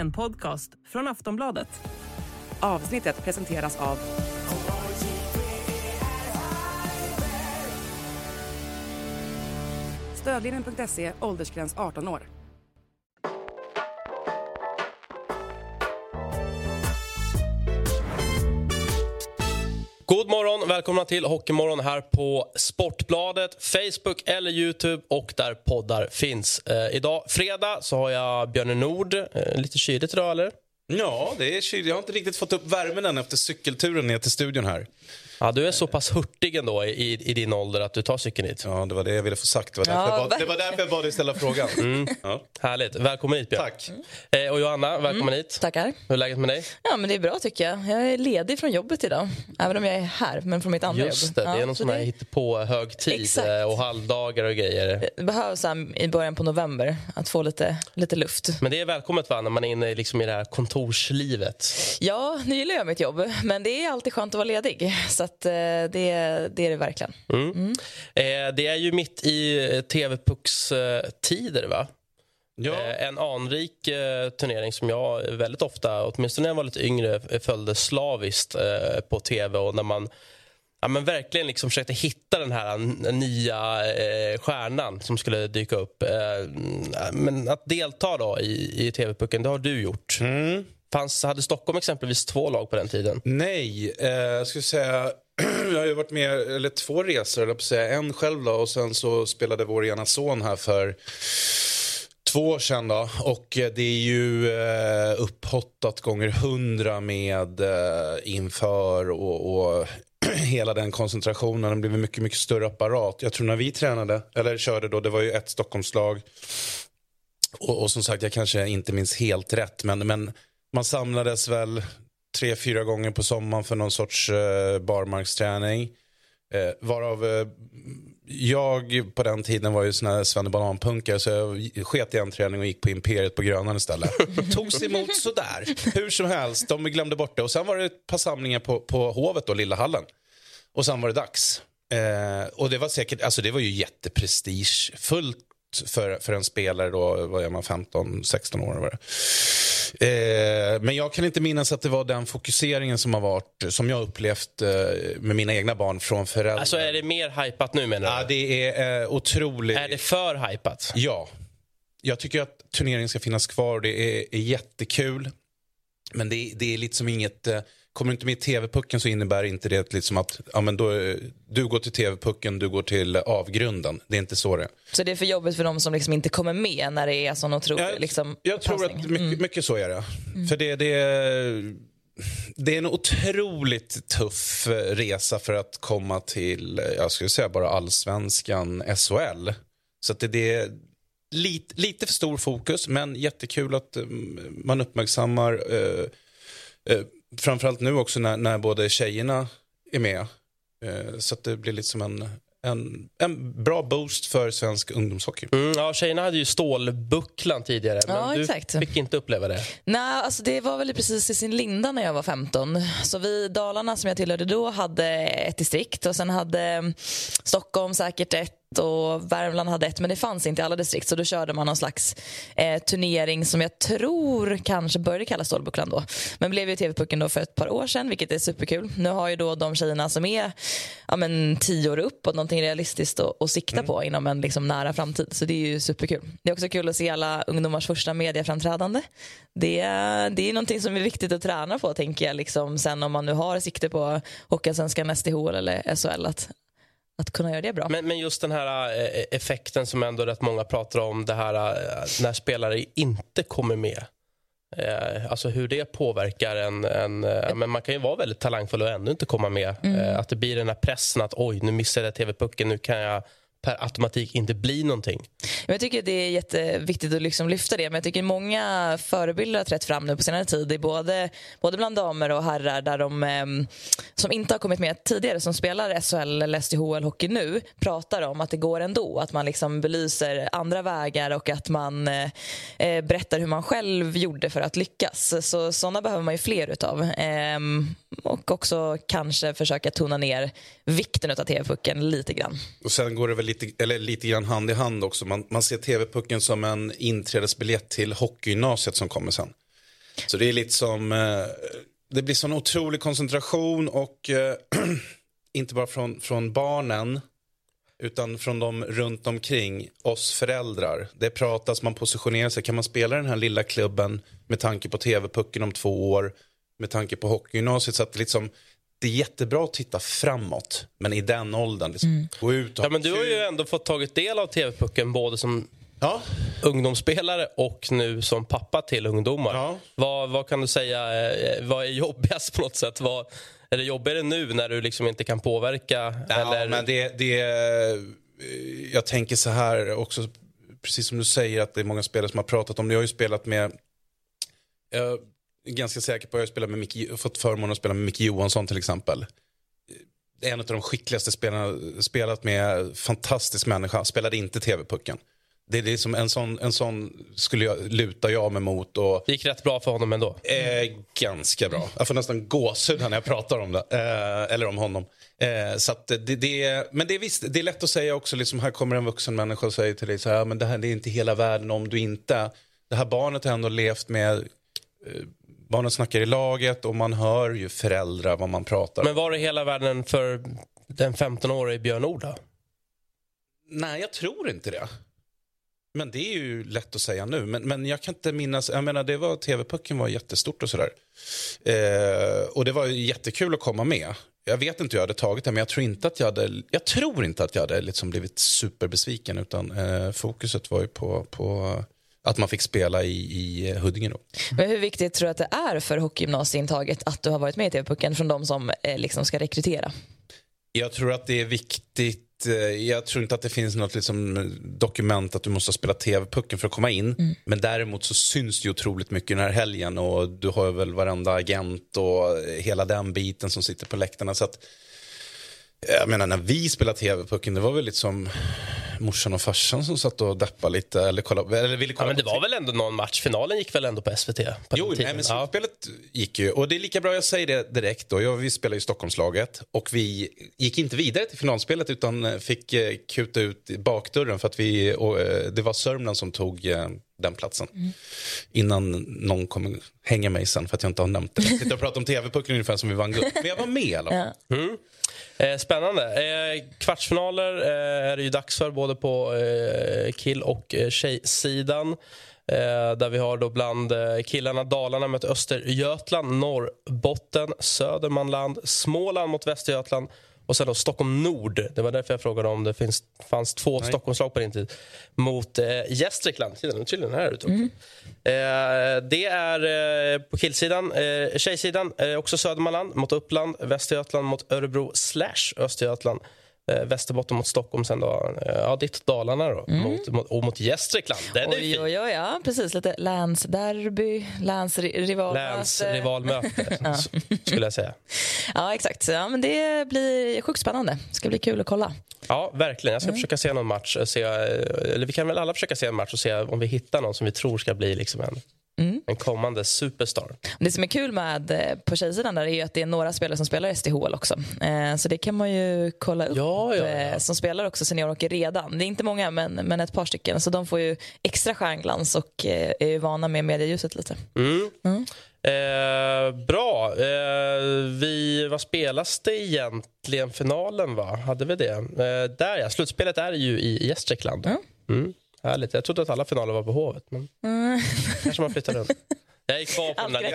en podcast från Aftonbladet. Avsnittet presenteras av Stödlinjen.se, åldersgräns 18 år. God morgon, välkomna till Hockeymorgon här på Sportbladet, Facebook eller YouTube och där poddar finns. Idag, fredag, så har jag Björn Nord. Lite kyligt idag, eller? Ja, det är kyligt. Jag har inte riktigt fått upp värmen än efter cykelturen ner till studion här. Ja, du är så pass hurtig ändå i din ålder att du tar cykeln hit. Ja, det var det jag ville få sagt. Det var därför jag bad dig ställa frågan. Ja. Härligt. Välkommen hit, Björn. Tack. Och Johanna, välkommen hit. Tackar. Hur är läget med dig? Ja, men det är bra tycker jag. Jag är ledig från jobbet idag. Även om jag är här, men från mitt andra Just jobb. det, det är Ja, någon sån här hittepå högtid och halvdagar och grejer. Det behövs i början på november att få lite luft. Men det är välkommet, va, när man är inne liksom i det här kontorslivet. Ja, nu gillar jag mitt jobb. Men det är alltid skönt att vara ledig. Så att, det är det verkligen. Det är ju mitt i TV-pucks-tider, va? Ja. En anrik turnering som jag väldigt ofta, åtminstone när jag var lite yngre, följde slaviskt på TV. Och när man verkligen liksom försökte hitta den här nya stjärnan som skulle dyka upp. Men att delta då i TV-pucken, det har du gjort. Hade Stockholm exempelvis 2 lag på den tiden? Nej, jag skulle säga... Jag har ju varit med 2 resor, eller på att säga en själv då, och sen så spelade vår ena son här för 2 år sedan då, och det är ju upphottat gånger 100 med inför och hela den koncentrationen. Det blev en mycket, mycket större apparat. Jag tror när vi tränade, eller körde då, det var ju ett Stockholmslag och som sagt, jag kanske inte minns helt rätt, men man samlades väl 3-4 gånger på sommaren för någon sorts barmarksträning. Varav jag på den tiden var ju sån här svennebananpunkare, så jag sket i en träning och gick på Imperiet på Grönan istället. Togs emot sådär. Hur som helst, de glömde bort det. Och sen var det ett par samlingar på Hovet och Lilla Hallen. Och sen var det dags. Och det var säkert, alltså det var ju jätteprestigefullt för en spelare då, var man 15-16 år var det. Men jag kan inte minnas att det var den fokuseringen som har varit, som jag upplevt med mina egna barn från föräldrar. Alltså är det mer hypat nu, menar du? Ja, det är otroligt. Är det för hypat? Ja. Jag tycker att turneringen ska finnas kvar. Det är jättekul. Men det är lite som inget... Kommer du inte med i TV-pucken så innebär inte det liksom att du går till TV-pucken, du går till avgrunden. Det är inte så det. Så det är för jobbigt för de som liksom inte kommer med när det är sån otrolig jag tror att mycket så är det. För det är en otroligt tuff resa för att komma till, jag skulle säga bara allsvenskan, SHL. Så att det är lite för stor fokus, men jättekul att man uppmärksammar framförallt nu också när både tjejerna är med, så att det blir lite som en bra boost för svensk ungdomshockey. Ja, tjejerna hade ju stålbucklan tidigare, men du fick inte uppleva det. Nej, alltså det var väl precis i sin linda när jag var 15. Så vi Dalarna som jag tillhörde då hade ett distrikt, och sen hade Stockholm säkert ett och Värmland hade ett, men det fanns inte i alla distrikt, så då körde man någon slags turnering som jag tror kanske började kallas stålbucklan då, men blev ju TV-pucken då för ett par år sedan, vilket är superkul. Nu har ju då de tjejerna som är 10 år upp och någonting realistiskt att sikta på inom en liksom nära framtid, så det är ju superkul. Det är också kul att se alla ungdomars första mediaframträdande. Det är någonting som är viktigt att träna på, tänker jag, liksom, sen om man nu har sikte på Hockeyallsvenskan, SDHL eller SHL, att kunna göra det bra. Men just den här effekten som ändå rätt många pratar om, det här när spelare inte kommer med. Alltså hur det påverkar men man kan ju vara väldigt talangfull och ändå inte komma med. Att det blir den här pressen att oj, nu missade jag TV-pucken, nu kan jag per automatik inte bli någonting. Jag tycker det är jätteviktigt att liksom lyfta det, men jag tycker många förebilder har trätt fram nu på senare tid. Det är både bland damer och herrar där de som inte har kommit med tidigare, som spelar SHL eller SDHL hockey nu, pratar om att det går ändå, att man liksom belyser andra vägar och att man berättar hur man själv gjorde för att lyckas. Så sådana behöver man ju fler utav. Och också kanske försöka tona ner vikten av TV-pucken lite grann. Och sen går det väl lite grann hand i hand också. Man ser TV-pucken som en inträdesbiljett till hockeygymnasiet som kommer sen. Så det är lite som det blir sån otrolig koncentration och inte bara från barnen utan från dem runt omkring oss föräldrar. Det pratas, man positionerar sig. Kan man spela den här lilla klubben med tanke på TV-pucken om 2 år, med tanke på hockeygymnasiet, så att liksom, det är jättebra att titta framåt, men i den åldern liksom, gå ut och men du har ju ändå fått tagit del av TV-pucken både som ungdomsspelare och nu som pappa till ungdomar. Ja. Vad kan du säga, vad är jobbigast på något sätt? Är det jobbigare nu när du liksom inte kan påverka? Ja, eller? men jag tänker så här också, precis som du säger, att det är många spelare som har pratat om det. Jag har ju spelat med, jag är ganska säker på att jag har spelat med fått förmånen att spela med Micke Johansson till exempel. Det är en av de skickligaste spelarna, spelat med, fantastisk människa, spelade inte TV-pucken. Det är liksom en sån skulle jag luta mig mot. Och, det gick rätt bra för honom ändå. Ganska bra. Jag får nästan gåshud när jag pratar om det. Eller om honom. Så att men det är visst, det är lätt att säga också. Liksom, här kommer en vuxen människa och säger till dig så här, men det här är inte hela världen om du inte. Det här barnet har ändå levt med. Barnet snackar i laget och man hör ju föräldrar vad man pratar om. Men var det hela världen för den 15-årige Björn Nord då? Nej, jag tror inte det. Men det är ju lätt att säga nu. Men jag kan inte minnas. Jag menar, det var TV-pucken var jättestort och sådär. Och det var jättekul att komma med. Jag vet inte hur jag hade tagit det, men jag tror inte att jag hade liksom blivit superbesviken, utan fokuset var ju på att man fick spela i Huddinge då. Men hur viktigt tror du att det är för hockeygymnasieintaget att du har varit med i TV-pucken från de som liksom ska rekrytera? Jag tror att det är viktigt. Jag tror inte att det finns något liksom dokument att du måste spela TV-pucken för att komma in. Men däremot så syns det ju otroligt mycket den här helgen, och du har väl varenda agent och hela den biten som sitter på läktarna. Så att, jag menar, när vi spelade TV-pucken, det var väl liksom morsan och farsan som satt och dappade lite eller ville kolla. Men det var väl ändå någon match. Finalen gick väl ändå på SVT? Jo, nej, men slutspelet gick ju. Och det är lika bra jag säger det direkt då. Vi spelar ju Stockholmslaget och vi gick inte vidare till finalspelet utan fick kuta ut i bakdörren för att det var Sörmland som tog den platsen. Innan någon kommer hänga mig sen för att jag inte har nämnt det. Jag sitter och pratar om TV-pucken ungefär som vi vann guld. Men jag var med eller? Spännande. Kvartsfinaler är det ju dags för både på kill- och tjejsidan. Där vi har då bland killarna Dalarna mot Östergötland, Norrbotten, Södermanland, Småland mot Västergötland och sen då Stockholm Nord. Det var därför jag frågade om det fanns 2 Stockholmslag på din tid. Mot Gästrikland. Tydligen här ute också. Det är på killsidan. Tjejsidan också Södermanland mot Uppland, Västergötland mot Örebro / Östergötland. Västerbotten mot Stockholm, sen då ditt Dalarna då, mot Gästrikland. Den är fin. Ja, precis, lite länsderby, länsrivalmöte skulle jag säga. Ja, exakt. Ja, men det blir sjukt spännande. Det ska bli kul att kolla. Ja, verkligen. Jag ska försöka se någon match, eller vi kan väl alla försöka se en match och se om vi hittar någon som vi tror ska bli liksom en kommande superstar. Det som är kul med på tjejsidan där är ju att det är några spelare som spelar SDHL också. Så det kan man ju kolla upp. Som spelar också seniorhockey redan. Det är inte många, men ett par stycken. Så de får ju extra stjärnglans och är ju vana med medialjuset lite. Bra. Vad spelas det egentligen? Finalen, va? Hade vi det? Slutspelet är ju i Gästrikland. Härligt. Jag trodde att alla finaler var på Hovet, men kanske man flyttar runt. Jag gick kvar på den där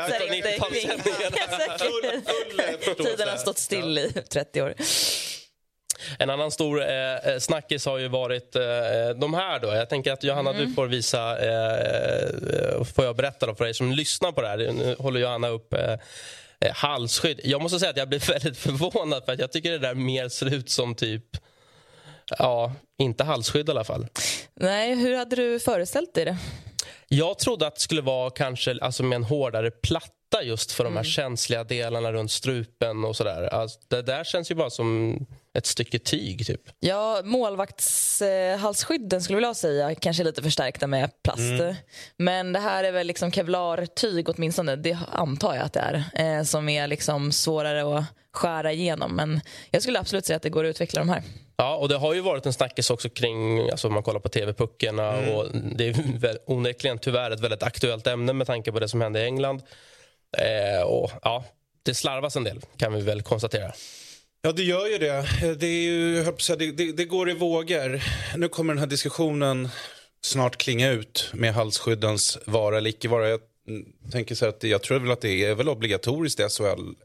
90-talssändningen. Tiden har stått still i 30 år. En annan stor snackis har ju varit de här då. Jag tänker att Johanna, du får visa, får jag berätta då för dig som lyssnar på det här. Nu håller Johanna upp halsskydd. Jag måste säga att jag blir väldigt förvånad för att jag tycker det där mer ser ut som typ, inte halsskydd i alla fall. Nej, hur hade du föreställt dig det? Jag trodde att det skulle vara kanske med en hårdare platta just för de här känsliga delarna runt strupen och sådär. Alltså, det där känns ju bara som ett stycke tyg typ. Ja, målvaktshalsskydden skulle jag vilja säga kanske lite förstärkta med plast. Men det här är väl liksom kevlartyg åtminstone, det antar jag att det är, som är liksom svårare att skära igenom. Men jag skulle absolut säga att det går att utveckla de här. Ja, och det har ju varit en snackis också kring, alltså om man kollar på TV-puckarna och det är onekligen tyvärr ett väldigt aktuellt ämne med tanke på det som hände i England. Och ja, det slarvas en del kan vi väl konstatera. Ja, det gör ju det. Det är ju, det går i vågor. Nu kommer den här diskussionen snart klinga ut med halsskyddens vara eller icke vara. Jag tänker så att jag tror väl att det är väl obligatoriskt i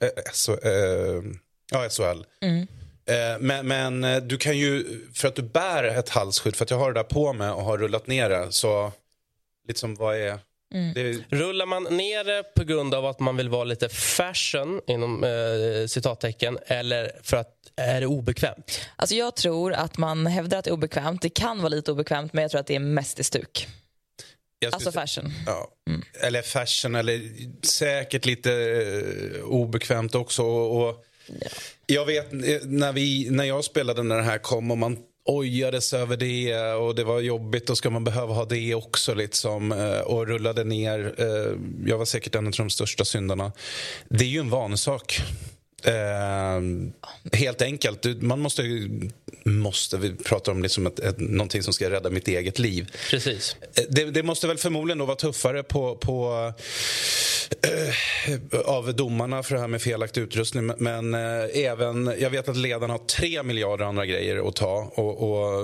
SHL. Men du kan ju, för att du bär ett halsskydd, för att jag har det där på mig och har rullat ner det, så liksom vad är... Rullar man ner det på grund av att man vill vara lite fashion inom citattecken, eller för att är det obekvämt? Alltså jag tror att man hävdar att det är obekvämt. Det kan vara lite obekvämt, men jag tror att det är mest i stuk. Alltså fashion. Ja. Eller fashion, eller säkert lite obekvämt också. Och jag vet när jag spelade när det här kom och man ojades över det och det var jobbigt, och ska man behöva ha det också liksom, och rullade ner. Jag var säkert en av de största syndarna. Det är ju en vanesak. Helt enkelt. Man måste vi pratar om liksom någonting som ska rädda mitt eget liv. Precis. Det måste väl förmodligen då vara tuffare på av domarna för det här med felaktig utrustning, men även, jag vet att ledarna har 3 miljarder andra grejer att ta, och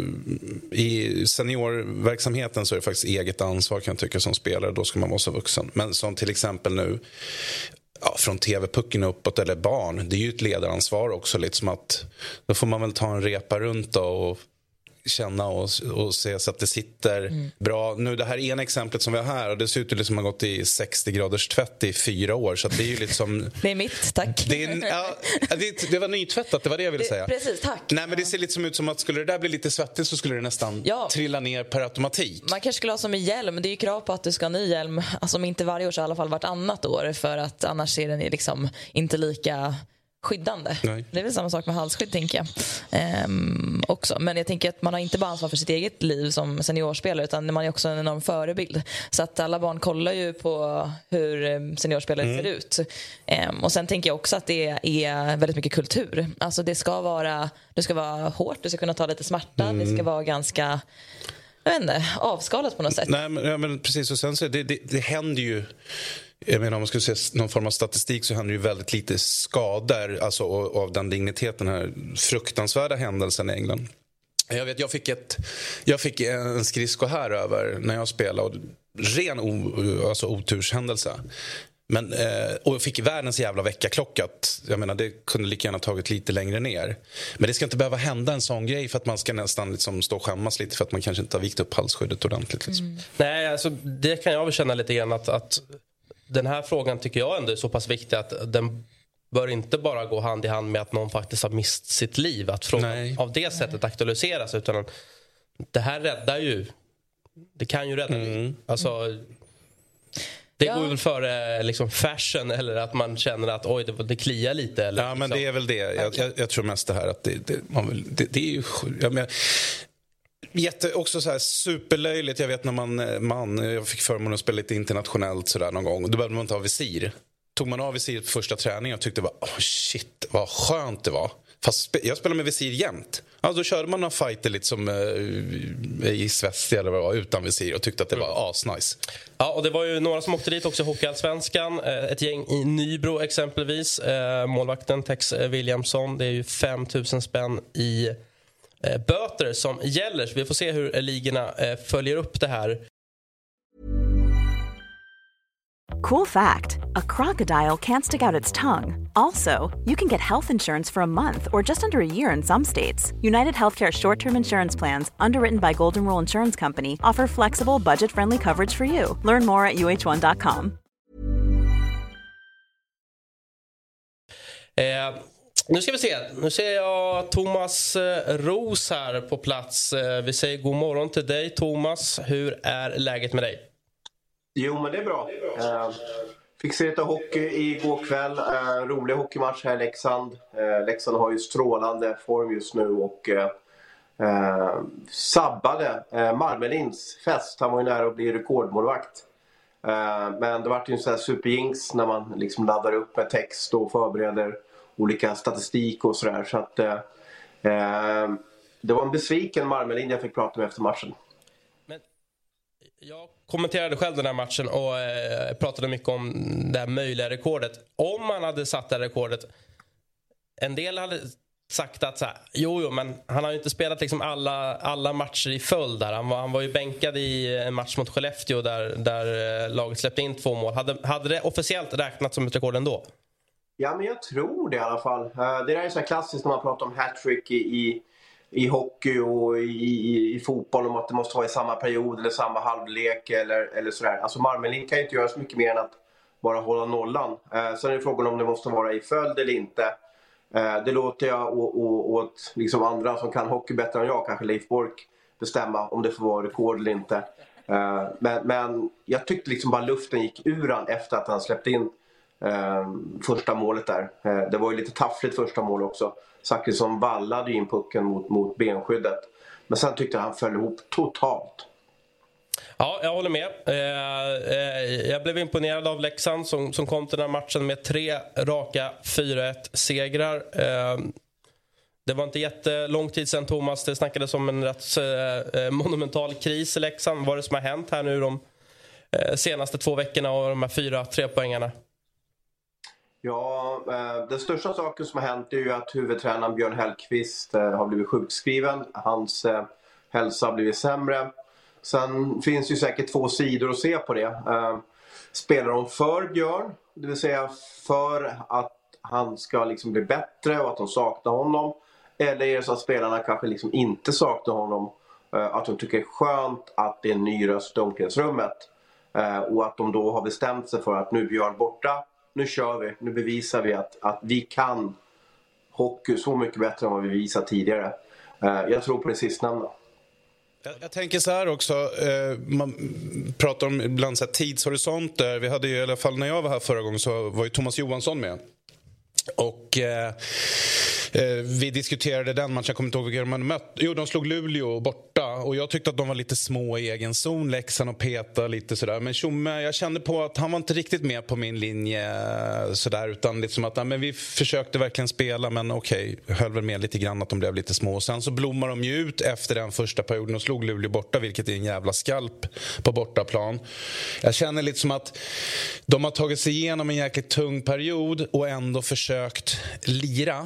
i seniorverksamheten så är det faktiskt eget ansvar, kan jag tycka, som spelare. Då ska man vara så vuxen. Men som till exempel nu, från TV-pucken uppåt, eller barn, det är ju ett ledaransvar också, lite som att då får man väl ta en repa runt då och känna och se så att det sitter bra. Nu det här ena exemplet som vi har här, och det ser ut som att man gått i 60 graders tvätt i 4 år, så att det är ju liksom... Det är mitt, tack. Det var nytvättat, det var det jag ville säga. Precis, tack. Nej, men det ser lite som ut som att skulle det där bli lite svettigt så skulle det nästan trilla ner per automatik. Man kanske skulle ha som i hjälm, det är ju krav på att du ska ha ny hjälm, alltså om inte varje år så i alla fall vartannat år, för att annars är den liksom inte lika skyddande. Nej. Det är väl samma sak med halsskydd, tänker jag. Också. Men jag tänker att man har inte bara ansvar för sitt eget liv som seniorspelare, utan man är också en enorm förebild. Så att alla barn kollar ju på hur seniorspelare ser ut. Och sen tänker jag också att det är väldigt mycket kultur. Alltså det ska vara hårt, du ska kunna ta lite smärta, det ska vara ganska, jag vet inte, avskalat på något sätt. Nej, men precis, och sen så det händer ju. Jag menar, om man skulle se någon form av statistik, så händer ju väldigt lite skador, alltså av den digniteten, här fruktansvärda händelsen i England. Jag vet, jag fick en skridsko här över när jag spelade, och ren oturshändelse. Men, och jag fick världens jävla väckarklocka. Jag menar, det kunde lika gärna tagit lite längre ner. Men det ska inte behöva hända en sån grej för att man ska nästan liksom stå och skämmas lite för att man kanske inte har vikt upp halsskyddet ordentligt. Liksom. Nej, alltså, det kan jag väl känna lite grann att den här frågan tycker jag ändå är så pass viktig att den bör inte bara gå hand i hand med att någon faktiskt har mist sitt liv. Att frågan av det sättet aktualiseras, utan det här räddar ju. Det kan ju rädda liv. Alltså, det går väl före liksom fashion, eller att man känner att oj, det kliar lite. Eller, ja, men liksom. Det är väl det. Jag tror mest det här att det är ju... också så här superlöjligt. Jag vet när jag fick förmånen att spela lite internationellt sådär någon gång, och då behövde man inte ha visir. Tog man av visir på första träningen och tyckte bara shit, vad skönt det var. Fast jag spelar med visir jämt. Alltså då körde man några fighter lite som i Sverige eller vad det var, utan visir, och tyckte att det var asnice. Ja, och det var ju några som åkte dit också i Hockeyallsvenskan. Ett gäng i Nybro exempelvis. Målvakten Tex Williamson, det är ju 5 000 spänn i böter som gäller. Så vi får se hur ligorna följer upp det här. Cool fact, a crocodile can't stick out its tongue. Also, you can get health insurance for a month or just under a year in some states. United Healthcare short-term insurance plans, underwritten by Golden Rule Insurance Company, offer flexible, budget-friendly coverage for you. Learn more at uh1.com. Nu ska vi se. Nu ser jag Thomas Ros här på plats. Vi säger god morgon till dig, Thomas. Hur är läget med dig? Jo, men det är bra. Fick se lite hockey igår kväll. Rolig hockeymatch här i Leksand. Leksand har ju strålande form just nu och sabbade Marmelins fest. Han var ju nära att bli rekordmålvakt. Men det var ju en sån här superjinx när man liksom laddar upp med text och förbereder olika statistik och sådär. Så att det var en besviken Marmelin jag fick prata med efter matchen. Jag kommenterade själv den här matchen och pratade mycket om det här möjliga rekordet. Om man hade satt det här rekordet, en del hade sagt att så här, jo, men han har ju inte spelat liksom alla matcher i följd där. Han var ju bänkad i en match mot Skellefteå där laget släppte in 2 mål. Hade det officiellt räknats som ett rekord ändå? Ja, men jag tror det i alla fall. Det där är så här klassiskt när man pratar om hattrick i hockey och i fotboll, om att det måste vara i samma period eller samma halvlek eller sådär. Alltså Marmelin kan ju inte göra så mycket mer än att bara hålla nollan. Sen är det frågan om det måste vara i följd eller inte. Det låter jag åt liksom andra som kan hockey bättre än jag, kanske Leif Bork, bestämma om det får vara rekord eller inte. Men jag tyckte liksom bara luften gick ur han efter att han släppte in första målet där. Det var ju lite taffligt första mål också. Zachrisson vallade in pucken mot benskyddet. Men sen tyckte jag han föll ihop totalt. Ja, jag håller med. Jag blev imponerad av Leksand som kom till den här matchen med 3 raka 4-1-segrar. Det var inte jättelång tid sedan, Thomas. Det snackades om en rätt monumental kris i Leksand. Vad är det som har hänt här nu de senaste 2 veckorna och de här 4 3-poängarna? Ja, den största saken som har hänt är ju att huvudtränaren Björn Hellkvist har blivit sjukskriven. Hans hälsa har blivit sämre. Sen finns ju säkert 2 sidor att se på det. Spelar de för Björn, det vill säga för att han ska liksom bli bättre och att de saknar honom? Eller är det så att spelarna kanske liksom inte saknar honom? Att de tycker det är skönt att det är en ny röst i omklädningsrummet. Och att de då har bestämt sig för att nu är Björn borta. Nu kör vi, nu bevisar vi att vi kan hockey så mycket bättre än vad vi visat tidigare. Jag tror på det sistnämnda. Jag tänker så här också, man pratar om ibland så här tidshorisonter. Vi hade ju, i alla fall när jag var här förra gången, så var ju Thomas Johansson med. Och vi diskuterade den matchen, jag kommer inte ihåg vilka de hade mött. Jo, de slog Luleå borta och jag tyckte att de var lite små i egen zon, Leksand och peta lite sådär. Men Tjomme, jag kände på att han var inte riktigt med på min linje sådär, utan liksom att men vi försökte verkligen spela, men okej, höll väl med lite grann att de blev lite små. Och sen så blommar de ju ut efter den första perioden och slog Luleå borta, vilket är en jävla skalp på bortaplan. Jag känner lite som att de har tagit sig igenom en jäkligt tung period och ändå försökt lira.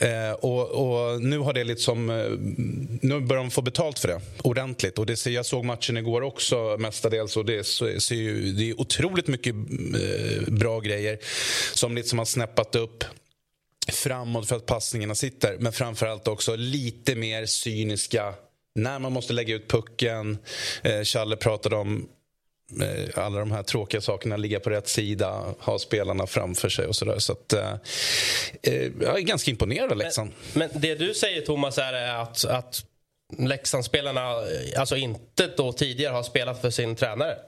Och nu har det liksom, nu börjar de få betalt för det ordentligt, och det ser, jag såg matchen igår också mestadels, och det är otroligt mycket bra grejer som liksom har snäppat upp framåt för att passningarna sitter, men framförallt också lite mer cyniska när man måste lägga ut pucken. Challe pratade om alla de här tråkiga sakerna, ligga på rätt sida, ha spelarna framför sig och sådär. Så att jag är ganska imponerad av Leksand. Men det du säger, Thomas, är att Leksand-spelarna alltså inte då tidigare har spelat för sin tränare?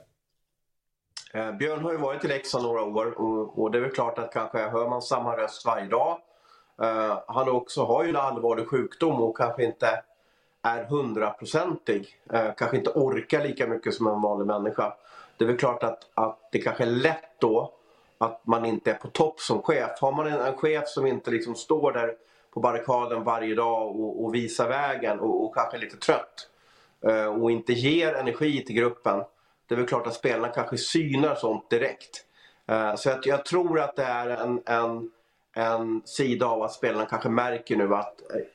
Björn har ju varit i Leksand några år och det är väl klart att kanske hör man samma röst varje dag. Han också har ju en allvarlig sjukdom och kanske inte är 100%ig. Kanske inte orkar lika mycket som en vanlig människa. Det är väl klart att det kanske är lätt då att man inte är på topp som chef. Har man en chef som inte liksom står där på barrikaden varje dag och visar vägen och kanske är lite trött och inte ger energi till gruppen, det är väl klart att spelarna kanske synar sånt direkt. Så jag tror att det är en sida av att spelarna kanske märker nu att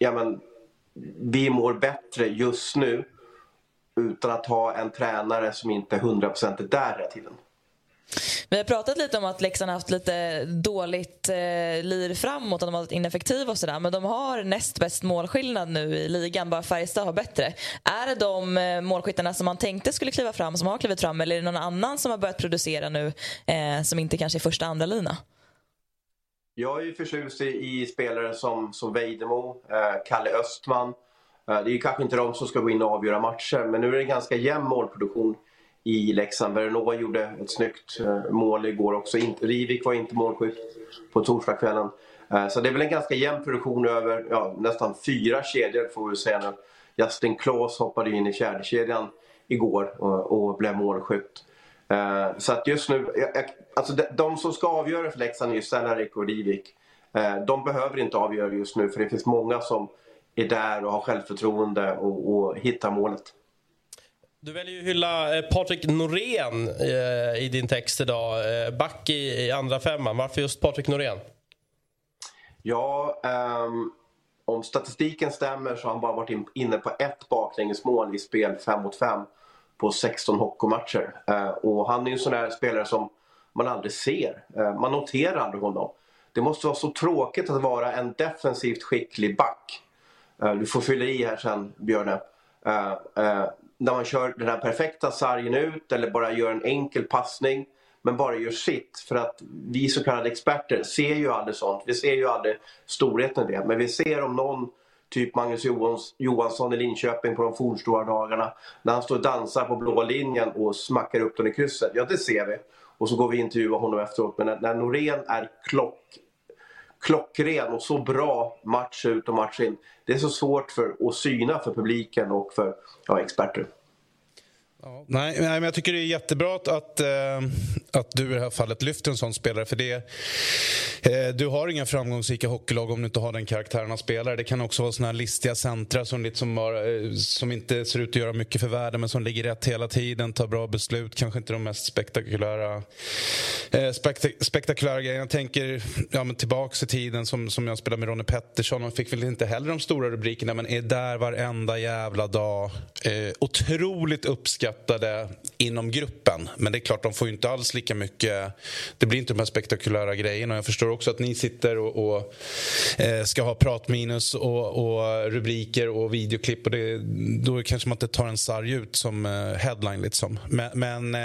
vi mår bättre just nu utan att ha en tränare som inte är 100% där hela tiden. Vi har pratat lite om att Leksand har haft lite dåligt lir framåt, att de har varit ineffektiva och sådär, men de har näst bäst målskillnad nu i ligan, bara Färjestad har bättre. Är det de målskyttarna som man tänkte skulle kliva fram som har klivit fram, eller är det någon annan som har börjat producera nu som inte kanske är första andra lina? Jag är ju förtjust i spelare som Vejdemo, Kalle Östman. Det är ju kanske inte de som ska gå in och avgöra matcher, men nu är det en ganska jämn målproduktion i Leksand. Veronova gjorde ett snyggt mål igår också. Rivik var inte målskytt på torsdagskvällen. Så det är väl en ganska jämn produktion över nästan 4 kedjor får vi säga nu. Justin Klaas hoppade in i 4:e kedjan igår och blev målskytt. Så att just nu, alltså de som ska avgöra för Leksand är ju Stellarik och Rivik. De behöver inte avgöra just nu för det finns många som är där och har självförtroende och hittar målet. Du väljer ju hylla Patrik Norén i din text idag. Back i andra femman. Varför just Patrik Norén? Ja, om statistiken stämmer så har han bara varit inne på ett baklängesmål i spel 5-mot-5 på 16 hockeymatcher. Och han är ju en sån där spelare som man aldrig ser. Man noterar aldrig honom. Det måste vara så tråkigt att vara en defensivt skicklig back. Du får fylla i här sen, Björne. När man kör den här perfekta sargen ut eller bara gör en enkel passning men bara gör sitt. För att vi så kallade experter ser ju aldrig sånt. Vi ser ju aldrig storheten i det. Men vi ser om någon typ Magnus Johansson i Linköping på de fornstora dagarna när han står och dansar på blå linjen och smackar upp den i krysset. Ja, det ser vi. Och så går vi intervjua honom efteråt. Men när Norén är klockren och så bra match ut och match in. Det är så svårt att syna för publiken och för experter. Ja, nej, men jag tycker det är jättebra att du i det här fallet lyfter en sån spelare. För du har inga framgångsrika hockeylag om du inte har den karaktären av spelare. Det kan också vara såna här listiga centra som inte ser ut att göra mycket för världen men som ligger rätt hela tiden, tar bra beslut. Kanske inte de mest spektakulära grejerna. Jag tänker tillbaks i tiden som jag spelade med Ronny Pettersson. Han fick väl inte heller de stora rubrikerna men är där varenda jävla dag. Otroligt uppskattade inom gruppen. Men det är klart, de får ju inte alls lika mycket. Det blir inte de här spektakulära grejerna. Och jag förstår också att ni sitter och ska ha pratminus och rubriker och videoklipp. Och då kanske man inte tar en sarg ut som headline liksom. Men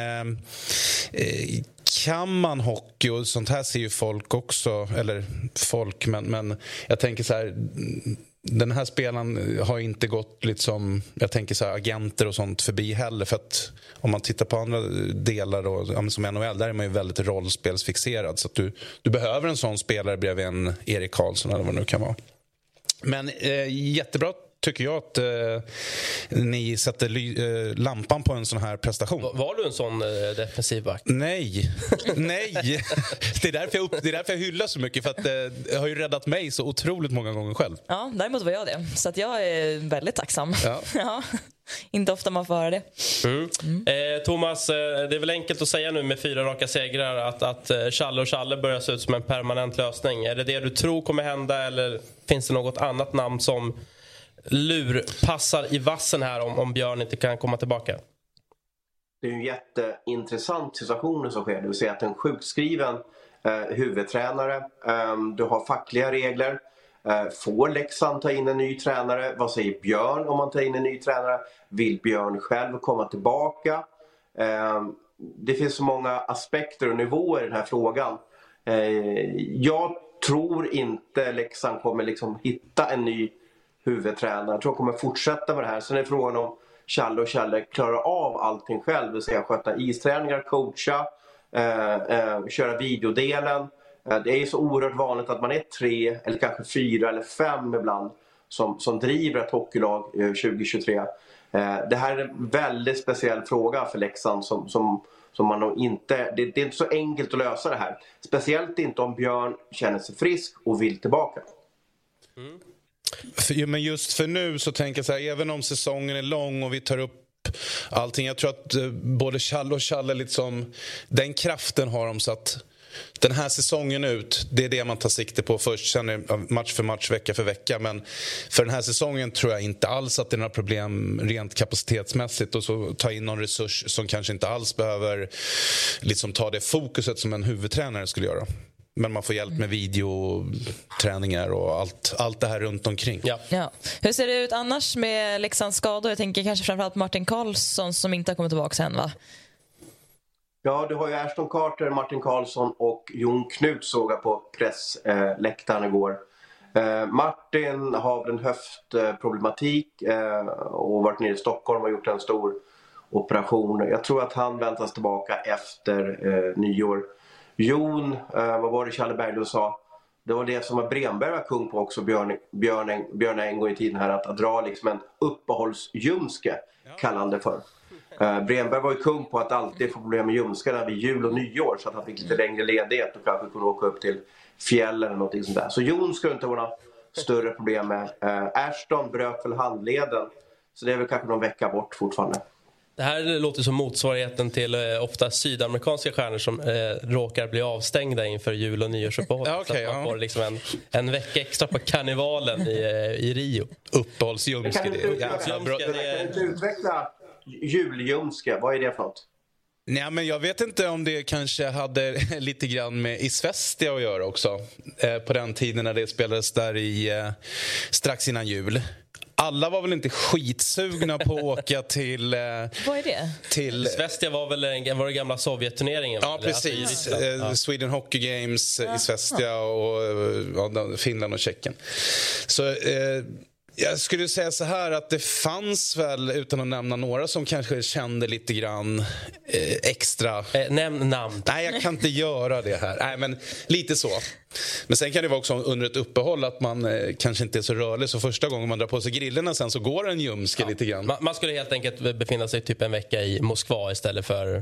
kan man hockey och sånt här ser ju folk också. Eller folk, men jag tänker så här. Den här spelaren har inte gått liksom, jag tänker så här, agenter och sånt förbi heller. För att om man tittar på andra delar då, som NHL, där är man ju väldigt rollspelsfixerad. Så att du behöver en sån spelare bredvid en Erik Karlsson eller vad det nu kan vara. Men jättebra tycker jag att ni sätter lampan på en sån här prestation. Var du en sån defensiv back? Nej. Det är därför jag hyllar så mycket. För att det har ju räddat mig så otroligt många gånger själv. Ja, däremot var jag det. Så att jag är väldigt tacksam. Ja. Ja, inte ofta man får höra det. Thomas, det är väl enkelt att säga nu med 4 raka segrar att Challe börjar se ut som en permanent lösning. Är det du tror kommer hända eller finns det något annat namn som lurpassar i vassen här om Björn inte kan komma tillbaka? Det är en jätteintressant situation som sker. Det vill säga att en sjukskriven huvudtränare, du har fackliga regler. Får Leksand ta in en ny tränare? Vad säger Björn om man tar in en ny tränare? Vill Björn själv komma tillbaka? Det finns så många aspekter och nivåer i den här frågan. Jag tror inte Leksand kommer liksom hitta en ny huvudtränare. Jag tror de kommer fortsätta med det här. Sen är frågan om Challe klarar av allting själv. Det vill säga sköta isträningar, coacha, köra videodelen. Det är ju så oerhört vanligt att man är 3 eller kanske 4 eller 5 ibland som driver ett hockeylag 2023. Det här är en väldigt speciell fråga för Leksand som man nog inte... Det är inte så enkelt att lösa det här. Speciellt inte om Björn känner sig frisk och vill tillbaka. Men just för nu så tänker jag så här, även om säsongen är lång och vi tar upp allting, jag tror att både Challe liksom, den kraften har de så att den här säsongen ut, det är det man tar sikte på först, sen är match för match, vecka för vecka, men för den här säsongen tror jag inte alls att det är några problem rent kapacitetsmässigt och så ta in någon resurs som kanske inte alls behöver liksom ta det fokuset som en huvudtränare skulle göra. Men man får hjälp med videoträningar och allt det här runt omkring. Ja. Hur ser det ut annars med Leksands skador? Jag tänker kanske framförallt Martin Karlsson som inte har kommit tillbaka än, va? Ja, du har ju Ashton Carter, Martin Karlsson och Jon Knut såg jag på pressläktaren igår. Martin har en höftproblematik och varit nere i Stockholm och gjort en stor operation. Jag tror att han väntas tillbaka efter nyår. Jon, vad var det Challe Berglund sa? Det var det som var Bremberg var kung på också, Björn en gång i tiden här, att dra liksom en uppehållsljumske, kallande för. Bremberg var ju kung på att alltid få problem med ljumskarna vid jul och nyår, så att han fick lite längre ledighet och kanske kunde åka upp till fjällen eller någonting sånt där. Så Jon skulle inte vara några större problem med. Ashton bröt väl handleden, så det är väl kanske någon vecka bort fortfarande. Det här låter som motsvarigheten till ofta sydamerikanska stjärnor som råkar bli avstängda inför jul- och nyårsuppehåll. Ja, okay, så att man får liksom en vecka extra på karnevalen i Rio. Uppehållsljumske. Kan du inte utveckla juljumske? Vad är det för något? Nej, men jag vet inte om det kanske hade lite grann med Isvestia att göra också. På den tiden när det spelades där strax innan jul. Alla var väl inte skitsugna på att åka till... Vad är det? Till Isvestia var väl den gamla Sovjetturneringen? Ja, precis. Sweden Hockey Games, Isvestia och Finland och Tjeckien. Så... jag skulle säga så här att det fanns väl, utan att nämna några, som kanske kände lite grann extra... Nämn namn. Nej, jag kan inte göra det här. Nej, men lite så. Men sen kan det vara också under ett uppehåll att man kanske inte är så rörlig. Så första gången man drar på sig grillerna sen så går en ljumske lite grann. Man skulle helt enkelt befinna sig typ en vecka i Moskva istället för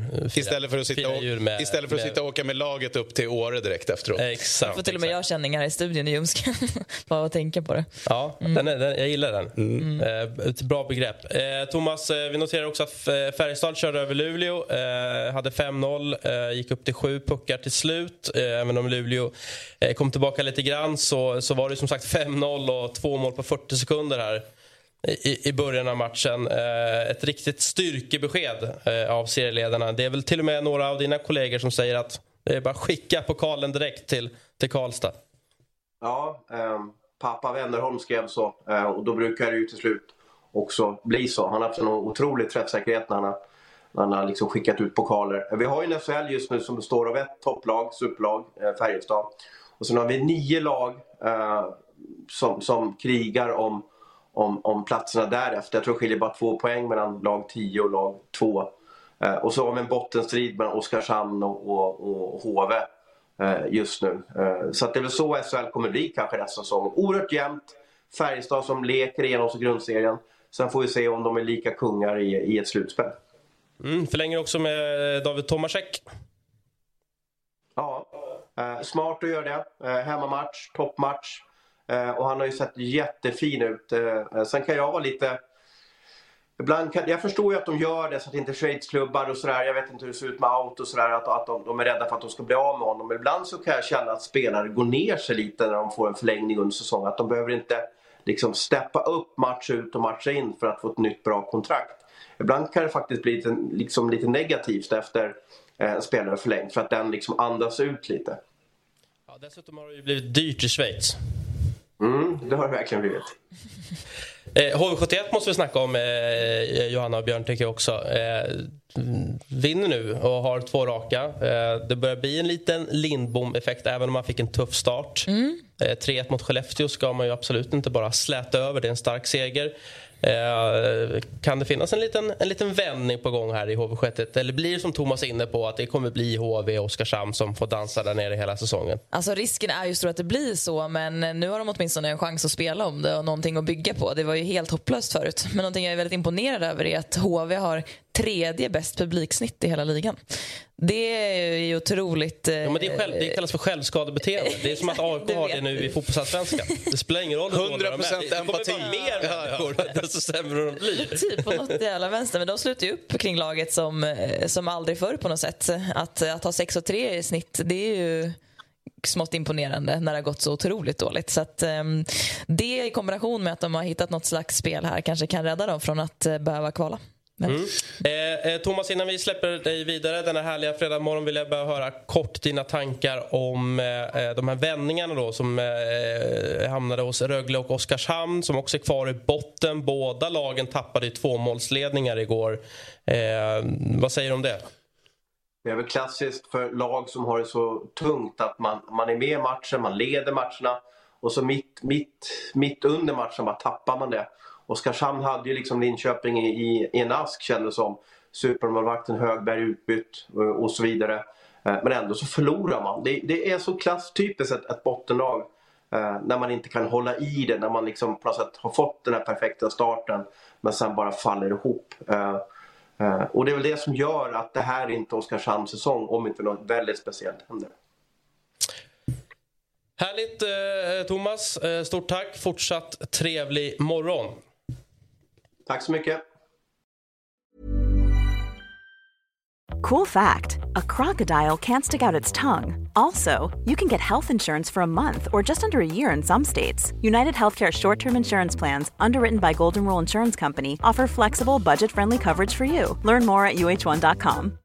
att sitta och åka med laget upp till Åre direkt efteråt. Exakt. För till och med jag känningar i studion i ljumsken. Bara att tänka på det. Ja, jag gillar den. Ett bra begrepp. Thomas, vi noterar också att Färjestad körde över Luleå. Hade 5-0. Gick upp till 7 puckar till slut. Även om Luleå kom tillbaka lite grann så var det som sagt 5-0 och 2 mål på 40 sekunder här i början av matchen. Ett riktigt styrkebesked av serieledarna. Det är väl till och med några av dina kollegor som säger att det är bara skicka pokalen direkt till Karlstad. Ja, pappa Wennerholm skrev så, och då brukar det ju till slut också bli så. Han har haft en otrolig träffsäkerhet när han har liksom skickat ut pokaler. Vi har ju en SHL just nu som består av ett topplag, superlag, Färjestad. Och sen har vi 9 lag som krigar om platserna därefter. Jag tror det skiljer bara 2 poäng mellan lag 10 och lag 2. Och så har vi en bottenstrid mellan Oskarshamn och HV just nu. Så att det är väl så SHL kommer bli kanske nästa säsong. Oerhört jämnt. Färjestad som leker igenom så grundserien. Sen får vi se om de är lika kungar i ett slutspel. Förlänger också med David Tomasek. Ja, smart att göra det. Hemmamatch, toppmatch. Och han har ju sett jättefin ut. Sen kan jag vara lite... jag förstår ju att de gör det så att inte Schweiz-klubbar och sådär. Jag vet inte hur det ser ut med out och sådär. Att de är rädda för att de ska bli av med honom. Men ibland så kan jag känna att spelare går ner sig lite när de får en förlängning under säsongen. Att de behöver inte liksom steppa upp match ut och matcha in för att få ett nytt bra kontrakt. Ibland kan det faktiskt bli lite negativt efter en spelare förlängt. För att den liksom andas ut lite. Ja, dessutom har det ju blivit dyrt i Schweiz. Det har det verkligen blivit. HV71 måste vi snacka om, Johanna och Björn tycker jag också. Vinner nu och har 2 raka. Det börjar bli en liten Lindbom-effekt även om man fick en tuff start. 3-1 mot Skellefteå ska man ju absolut inte bara släta över. Det är en stark seger. Kan det finnas en liten vändning på gång här i HV71? Eller blir det som Thomas är inne på att det kommer bli HV och Oskarshamn som får dansa där nere hela säsongen? Alltså risken är ju stor att det blir så, men nu har de åtminstone en chans att spela om det och någonting att bygga på. Det var ju helt hopplöst förut. Men någonting jag är väldigt imponerad över är att HV har 3:e bäst publiksnitt i hela ligan. Det är ju otroligt... Ja, men det kallas för självskadebeteende. Det är som att AIK har det nu i fotbollsallsvenskan. Det spelar ingen roll 100% empati. Mer människor, desto sämre de blir. Typ på något jävla vänster. Men de slutar ju upp kring laget som aldrig förr på något sätt. Att ha 6,3 i snitt, det är ju smått imponerande när det har gått så otroligt dåligt. Så att det i kombination med att de har hittat något slags spel här kanske kan rädda dem från att behöva kvala. Thomas, innan vi släpper dig vidare den här härliga fredag morgon vill jag bara höra kort dina tankar om de här vändningarna då som hamnade hos Rögle och Oskarshamn som också är kvar i botten. Båda lagen tappade i 2-målsledningar igår. Vad säger du om det? Det är väl klassiskt för lag som har det så tungt att man är med i matchen, man leder matcherna och så mitt under matchen bara tappar man det. Oskarshamn hade ju liksom Linköping i en ask kändes som. supermålvakten Högberg utbytt och så vidare. Men ändå så förlorar man. Det är så klasstypiskt ett bottenlag när man inte kan hålla i det, när man liksom på något sätt har fått den här perfekta starten men sen bara faller ihop. Och det är väl det som gör att det här inte är Oskarshamns säsong om inte något väldigt speciellt händer. Härligt, Thomas. Stort tack. Fortsatt trevlig morgon. Tack så mycket. Cool fact, a crocodile can't stick out its tongue. Also, you can get health insurance for a month or just under a year in some states. United Healthcare short-term insurance plans, underwritten by Golden Rule Insurance Company, offer flexible, budget-friendly coverage for you. Learn more at uh1.com.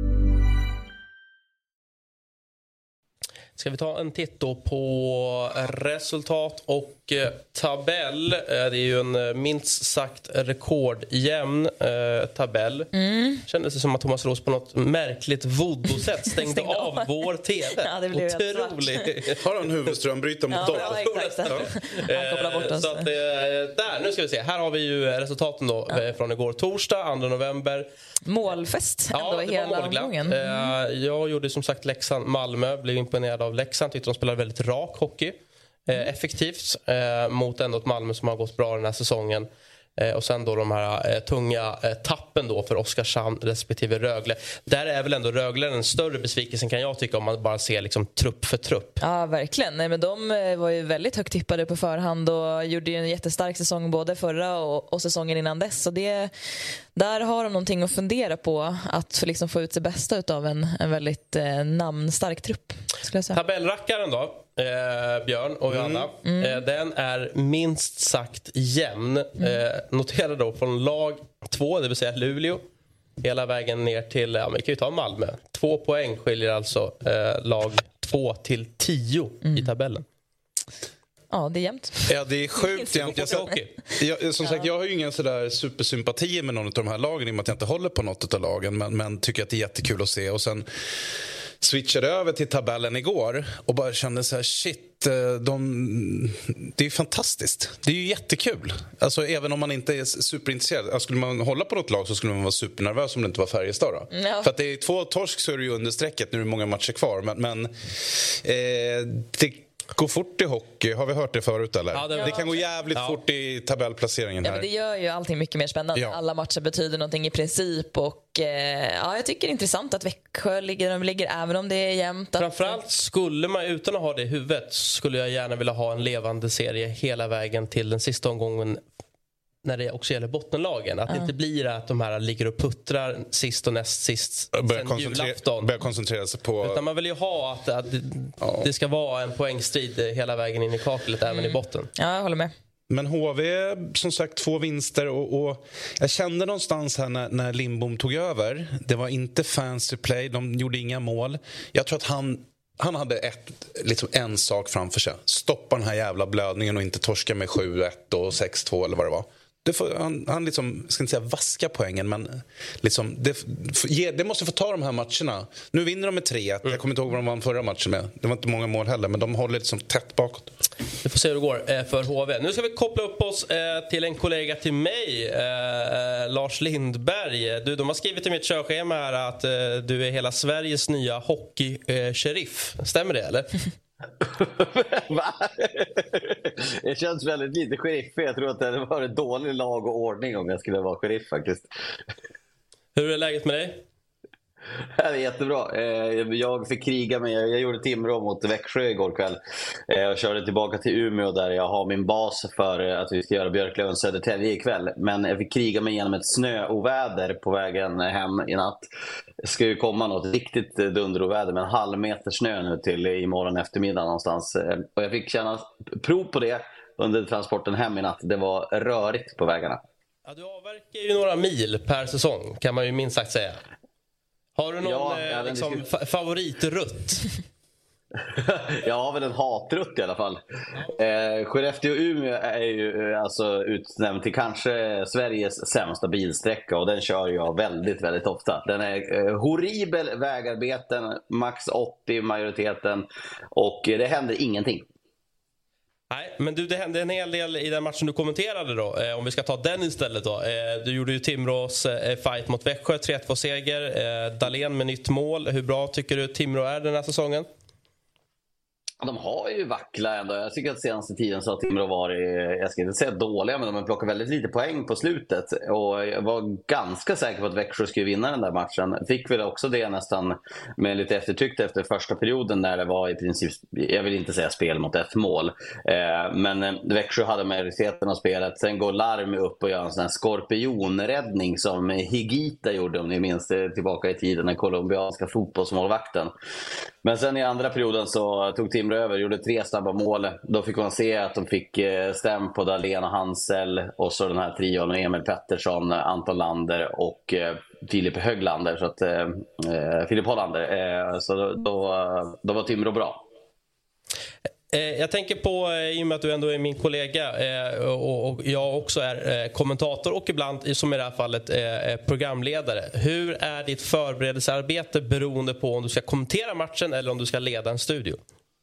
Ska vi ta en titt då på resultat och tabell. Det är ju en minst sagt rekordjämn tabell. Kändes det som att Thomas Ros på något märkligt voodoo-sätt stängde av vår TV. Ja, det blev Otroligt. Har han huvudströmbryta mot dem? Ja, exakt. Han kopplar bort oss. Så att, där, nu ska vi se. Här har vi ju resultaten då från igår torsdag, 2 november. Målfest ändå hela omgången. Jag gjorde som sagt Leksand-Malmö, blev imponerad av Leksand, tyckte de spelade väldigt rak hockey, effektivt mot ändå ett Malmö som har gått bra den här säsongen. Och sen då de här tunga tappen då för Oskarshamn respektive Rögle. Där är väl ändå Rögle en större besvikelse kan jag tycka, om man bara ser liksom trupp för trupp. Ja, verkligen. Nej, men de var ju väldigt högt tippade på förhand och gjorde ju en jättestark säsong både förra och säsongen innan dess. Så där har de någonting att fundera på, att liksom få ut det bästa utav en väldigt namnstark trupp, skulle jag säga. Tabellrackaren då, Björn och Johanna, den är minst sagt jämn. Notera då från lag 2, det vill säga Luleå, hela vägen ner till, vi kan ju ta Malmö. 2 poäng skiljer alltså lag 2 till 10 i tabellen. Ja, det är jämnt. Ja, det är sjukt jämnt. Jag har ju ingen sådär supersympati med någon av de här lagen i och med att jag inte håller på något av lagen, men tycker att det är jättekul att se. Och sen switchade över till tabellen igår och bara kände så här, shit, det är fantastiskt. Det är ju jättekul. Alltså även om man inte är superintresserad. Skulle man hålla på något lag så skulle man vara supernervös om det inte var Färjestad då. Ja. För att det är 2 torsk så är det ju understrecket. Nu är det många matcher kvar. Men det går fort i hockey. Har vi hört det förut eller? Ja, det kan gå jävligt fort i tabellplaceringen här. Ja, men det gör ju allting mycket mer spännande. Ja. Alla matcher betyder någonting i princip. Och jag tycker det är intressant att Växjö ligger där de ligger, även om det är jämnt. Framförallt skulle man, utan att ha det i huvudet, skulle jag gärna vilja ha en levande serie hela vägen till den sista omgången när det också gäller bottenlagen. Att det inte blir att de här ligger och puttrar sist och näst sist sen julafton. Börja koncentrera sig på... Utan man vill ju ha att det ska vara en poängstrid hela vägen in i kaklet, även i botten. Ja, jag håller med. Men HV, som sagt, 2 vinster och jag kände någonstans här när Lindbom tog över, det var inte fancy play, de gjorde inga mål. Jag tror att han hade en sak framför sig. Stoppa den här jävla blödningen och inte torska med 7-1 och 6-2 eller vad det var. Han liksom, ska inte säga vaska poängen, men liksom, det måste få ta de här matcherna. Nu vinner de med 3-1. Jag kommer inte ihåg vad de vann förra matchen med. Det var inte många mål heller, men de håller liksom tätt bakåt. Vi får se hur det går för HV. Nu ska vi koppla upp oss till en kollega till mig, Lars Lindberg. De har skrivit i mitt körschema här att du är hela Sveriges nya hockey-sheriff. Stämmer det, eller? Va? Det känns väldigt lite sheriff. Jag tror att det var en dålig lag och ordning om jag skulle vara sheriff faktiskt. Hur är läget med dig? Det är jättebra. Jag fick kriga med, jag gjorde Timrå mot Växjö igår kväll. Jag körde tillbaka till Umeå där jag har min bas för att vi ska göra Björklöven Södertälje ikväll. Men jag fick kriga mig genom ett snöoväder på vägen hem i natt. Det ska ju komma något riktigt dunderoväder med en halv meter snö nu till imorgon eftermiddag någonstans. Och jag fick känna prov på det under transporten hem i natt. Det var rörigt på vägarna. Ja, du avverkar ju några mil per säsong, kan man ju minst sagt säga. Har du någon favoritrutt? Jag har väl en hatrutt i alla fall. Skellefteå och Umeå är ju alltså utnämnd till kanske Sveriges sämsta bilsträcka, och den kör jag väldigt, väldigt ofta. Den är horribel vägarbeten, max 80 majoriteten, och det händer ingenting. Nej, men du, det hände en hel del i den matchen du kommenterade då. Om vi ska ta den istället då. Du gjorde ju Timrås fight mot Växjö, 3-2-seger. Dahlén med nytt mål. Hur bra tycker du Timrå är den här säsongen? De har ju vacklat ändå. Jag tycker att senaste tiden så har Timrå varit, jag ska inte säga dåliga, men de har plockat väldigt lite poäng på slutet. Och jag var ganska säker på att Växjö skulle vinna den där matchen. Fick väl också det nästan med lite eftertryck efter första perioden när det var i princip, jag vill inte säga spel mot ett mål. Men Växjö hade majoriteten av spelet. Sen går Larm upp och gör en sån här skorpionräddning som Higuita gjorde, om ni minns det, tillbaka i tiden, den colombianska fotbollsmålvakten. Men sen i andra perioden så tog Timrå över, gjorde 3 snabba mål. Då fick man se att de fick stäm på Dahlén och Hansel och så den här trion och Emil Pettersson, Anton Lander och Filip Höglander, så att Filip Hollander. Så då var Timrå bra. Jag tänker på, i och med att du ändå är min kollega och jag också är kommentator och ibland, som i det här fallet, programledare. Hur är ditt förberedelsearbete beroende på om du ska kommentera matchen eller om du ska leda en studio?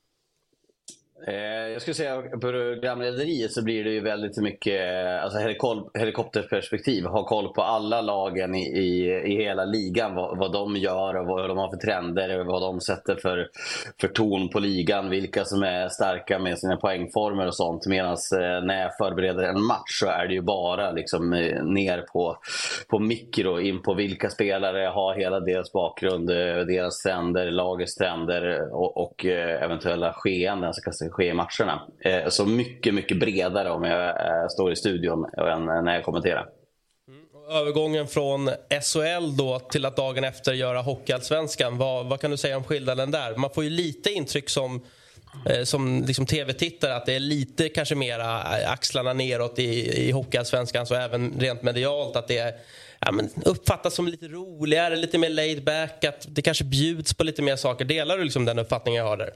Jag skulle säga på programlederiet så blir det ju väldigt mycket alltså helikopterperspektiv. Ha koll på alla lagen i hela ligan, vad de gör och vad de har för trender, vad de sätter för ton på ligan, vilka som är starka med sina poängformer och sånt. Medan när jag förbereder en match så är det ju bara liksom ner på mikro, in på vilka spelare har hela deras bakgrund, deras trender, lagets trender och eventuella skeenden som kan ske i matcherna. Så mycket, mycket bredare om jag står i studion än när jag kommenterar. Övergången från SHL då till att dagen efter göra Hockeyallsvenskan, vad kan du säga om skillnaden där? Man får ju lite intryck som liksom tv-tittare att det är lite kanske mera axlarna neråt i Hockeyallsvenskan, så även rent medialt att det är, uppfattas som lite roligare, lite mer laid back, att det kanske bjuds på lite mer saker. Delar du liksom den uppfattningen jag har där?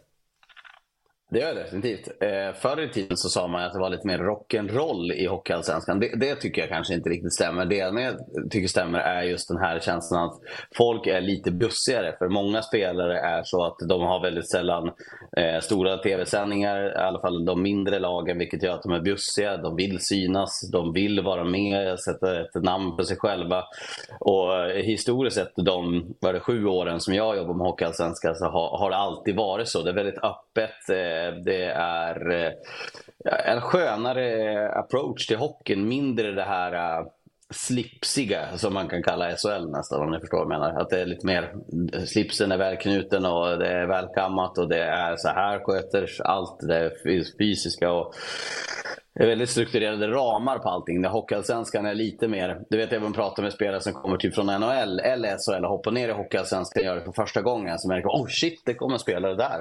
Det gör jag definitivt. Förr i tiden så sa man att det var lite mer rock'n'roll i Hockeyallsvenskan. Det tycker jag kanske inte riktigt stämmer. Det jag tycker stämmer är just den här känslan att folk är lite bussigare. För många spelare är så att de har väldigt sällan stora tv-sändningar, i alla fall de mindre lagen, vilket gör att de är bussiga. De vill synas, de vill vara med, sätta ett namn på sig själva. Och historiskt sett, de 7 åren som jag jobbar med Hockeyallsvenskan, så har det alltid varit så. Det är väldigt öppet. Det är en skönare approach till hockeyn, mindre det här slipsiga som man kan kalla SHL nästan, om ni förstår vad jag menar. Att det är lite mer, slipsen är välknuten och det är välkammat och det är så här sköter allt det fysiska och det är väldigt strukturerade ramar på allting. Det Hockeyallsvenskan är lite mer, du vet, även prata med spelare som kommer typ från NHL eller SHL och hoppar ner i Hockeyallsvenskan och gör det för första gången, så märker oh shit, det kommer spelare där.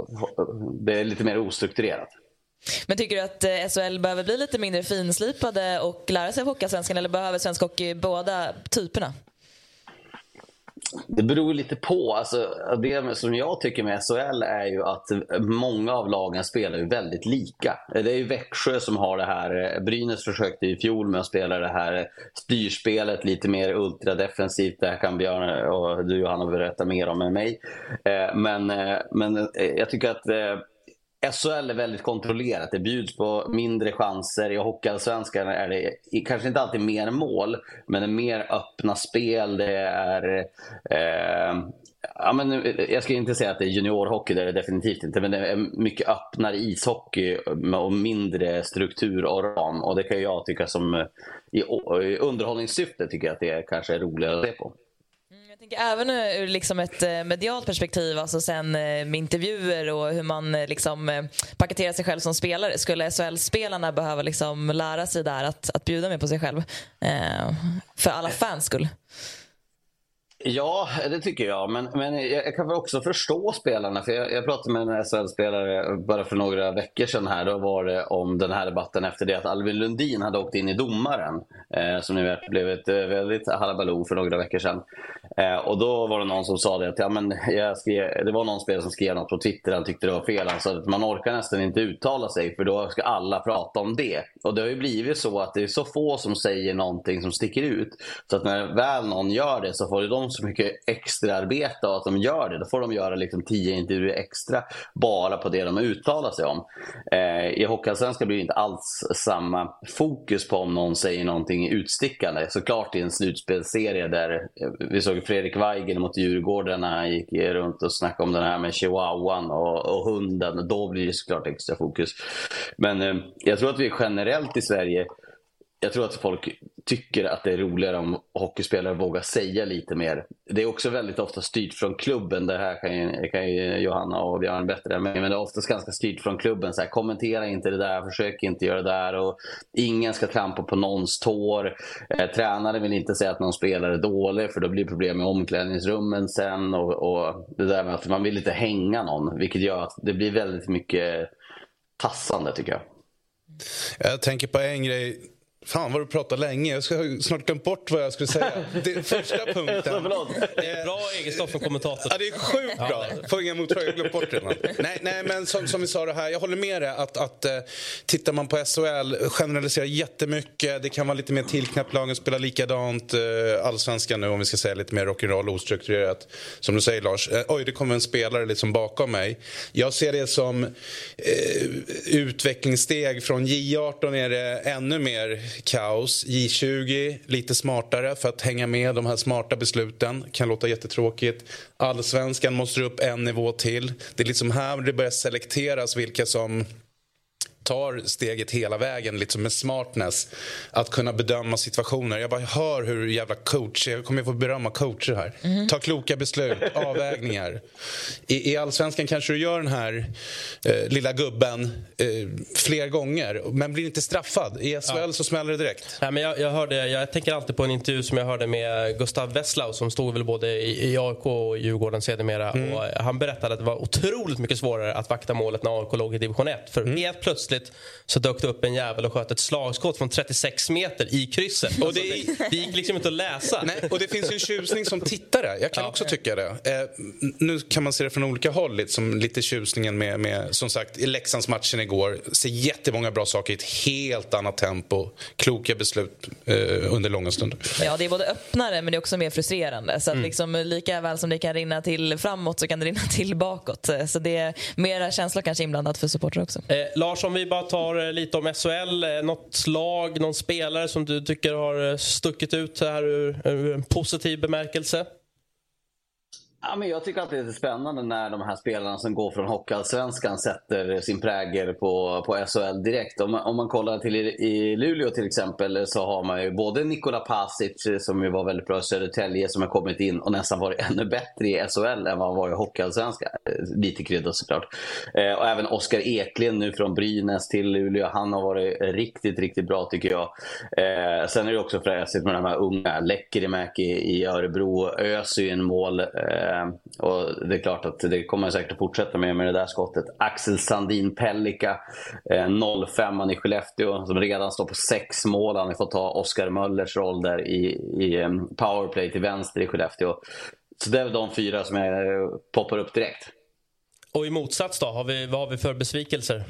Det är lite mer ostrukturerat. Men tycker du att SHL behöver bli lite mindre finslipade och lära sig av Hockeyallsvenskan, eller behöver svensk hockey båda typerna? Det beror lite på. Alltså, det som jag tycker med SHL är ju att många av lagen spelar ju väldigt lika. Det är ju Växjö som har det här. Brynäs försökte i fjol med att spela det här styrspelet lite mer ultradefensivt. Det här kan Björn och du, Johanna, berätta mer om än mig. Men jag tycker att SHL är väldigt kontrollerat. Det bjuds på mindre chanser. I Hockeyallsvenskan är det kanske inte alltid mer mål, men det är mer öppna spel. Det är jag ska inte säga att det är juniorhockey, det är det definitivt inte, men det är mycket öppnare ishockey och mindre struktur och ram, och det kan jag tycka som i underhållningssyfte tycker jag att det kanske är roligare att se på. Jag tänker även ur liksom ett medialt perspektiv, alltså sen med intervjuer och hur man liksom paketerar sig själv som spelare. Skulle SHL-spelarna behöva liksom lära sig där att bjuda med på sig själv för alla fans skull? Ja, det tycker jag. Men jag kan väl också förstå spelarna. För jag pratade med en SHL-spelare bara för några veckor sedan här. Då var det om den här debatten efter det att Albin Lundin hade åkt in i domaren. Som ni vet blev ett väldigt halabaloo för några veckor sedan. Och då var det någon som sa det att det var någon spelare som skrev något på Twitter. Han tyckte det var fel. Han sa att man orkar nästan inte uttala sig, för då ska alla prata om det. Och det har ju blivit så att det är så få som säger någonting som sticker ut. Så att när väl någon gör det så får ju de fått så mycket extra arbete och att de gör det. Då får de göra liksom 10 intervjuer extra bara på det de uttalar sig om. I Hockeyallsvenskan blir det inte alls samma fokus på om någon säger någonting utstickande. Såklart i en slutspelserie där vi såg Fredrik Weigel mot Djurgården när han gick runt och snackade om den här med chihuahuan och hunden. Då blir det såklart extra fokus. Men jag tror att vi generellt i Sverige, jag tror att folk tycker att det är roligare om hockeyspelare vågar säga lite mer. Det är också väldigt ofta styrt från klubben. Det här kan ju Johanna och Björn bättre. Men det är oftast ganska styrt från klubben. Så här, kommentera inte det där, försök inte göra det där. Och ingen ska trampa på någons tår. Tränare vill inte säga att någon spelare är dålig, för då blir det problem med omklädningsrummen sen. Och det där med att man vill inte hänga någon. Vilket gör att det blir väldigt mycket tassande, tycker jag. Jag tänker på en grej. Fan vad du pratar länge. Jag ska snart glömt bort vad jag skulle säga. Det första punkten. Bra egenskap som kommentator. Ja, det är sjukt bra. Får inga motfrågor, jag glömt bort det. Nej, men som vi sa det här. Jag håller med dig att tittar man på SHL generaliserar jättemycket. Det kan vara lite mer tillknäppt, lagen spelar likadant. Allsvenskan nu, om vi ska säga lite mer rock'n'roll, ostrukturerat. Som du säger, Lars. Oj, det kommer en spelare liksom bakom mig. Jag ser det som utvecklingssteg. Från J18 är det ännu mer kaos. J20 lite smartare för att hänga med de här smarta besluten. Kan låta jättetråkigt. Allsvenskan måste upp en nivå till. Det är liksom här det börjar selekteras vilka som tar steget hela vägen lite som med smartness att kunna bedöma situationer. Jag bara hör hur jävla coacher, jag kommer få berömma coacher här. Ta kloka beslut, avvägningar. I Allsvenskan kanske du gör den här lilla gubben fler gånger, men blir inte straffad. I SHL så smäller det direkt. Nej, men jag tänker alltid på en intervju som jag hörde med Gustav Wesslau som stod väl både i AIK och Djurgården sedermera. Och han berättade att det var otroligt mycket svårare att vakta målet när AIK låg i division 1. För helt plötsligt så dök det upp en jävel och sköt ett slagskott från 36 meter i krysset. Och det gick liksom inte att läsa. Nej, och det finns ju en tjusning som tittare. Jag kan också tycka det. Nu kan man se det från olika håll. Liksom lite tjusningen med som sagt, i Leksandsmatchen igår. Ser jättemånga bra saker i ett helt annat tempo. Kloka beslut under långa stunder. Ja, det är både öppnare men det är också mer frustrerande. Så att liksom, lika väl som det kan rinna till framåt så kan det rinna till bakåt. Så det är mera känslor kanske inblandat för supporter också. Lars, om vi bara tar lite om SHL, något lag, någon spelare som du tycker har stuckit ut här ur en positiv bemärkelse? Ja, men jag tycker att det är spännande när de här spelarna som går från Hockeyallsvenskan sätter sin prägel på SHL direkt. Om man kollar till i Luleå till exempel så har man ju både Nikola Pasic som ju var väldigt bra i Södertälje som har kommit in och nästan varit ännu bättre i SHL än vad han var i Hockeyallsvenskan. Lite krydda såklart. Och även Oskar Eklind nu från Brynäs till Luleå. Han har varit riktigt, riktigt bra tycker jag. Sen är det också fräsigt med de här unga. Lekkerimäki i Örebro. Ösy en mål. Och det är klart att det kommer säkert att fortsätta med det där skottet. Axel Sandin Pellika 05 i Skellefteå som redan står på 6 mål. Han har fått ta Oskar Möllers roll där i powerplay till vänster i Skellefteå. Så det är de 4 som poppar upp direkt. Och i motsats då, vad har vi för besvikelser?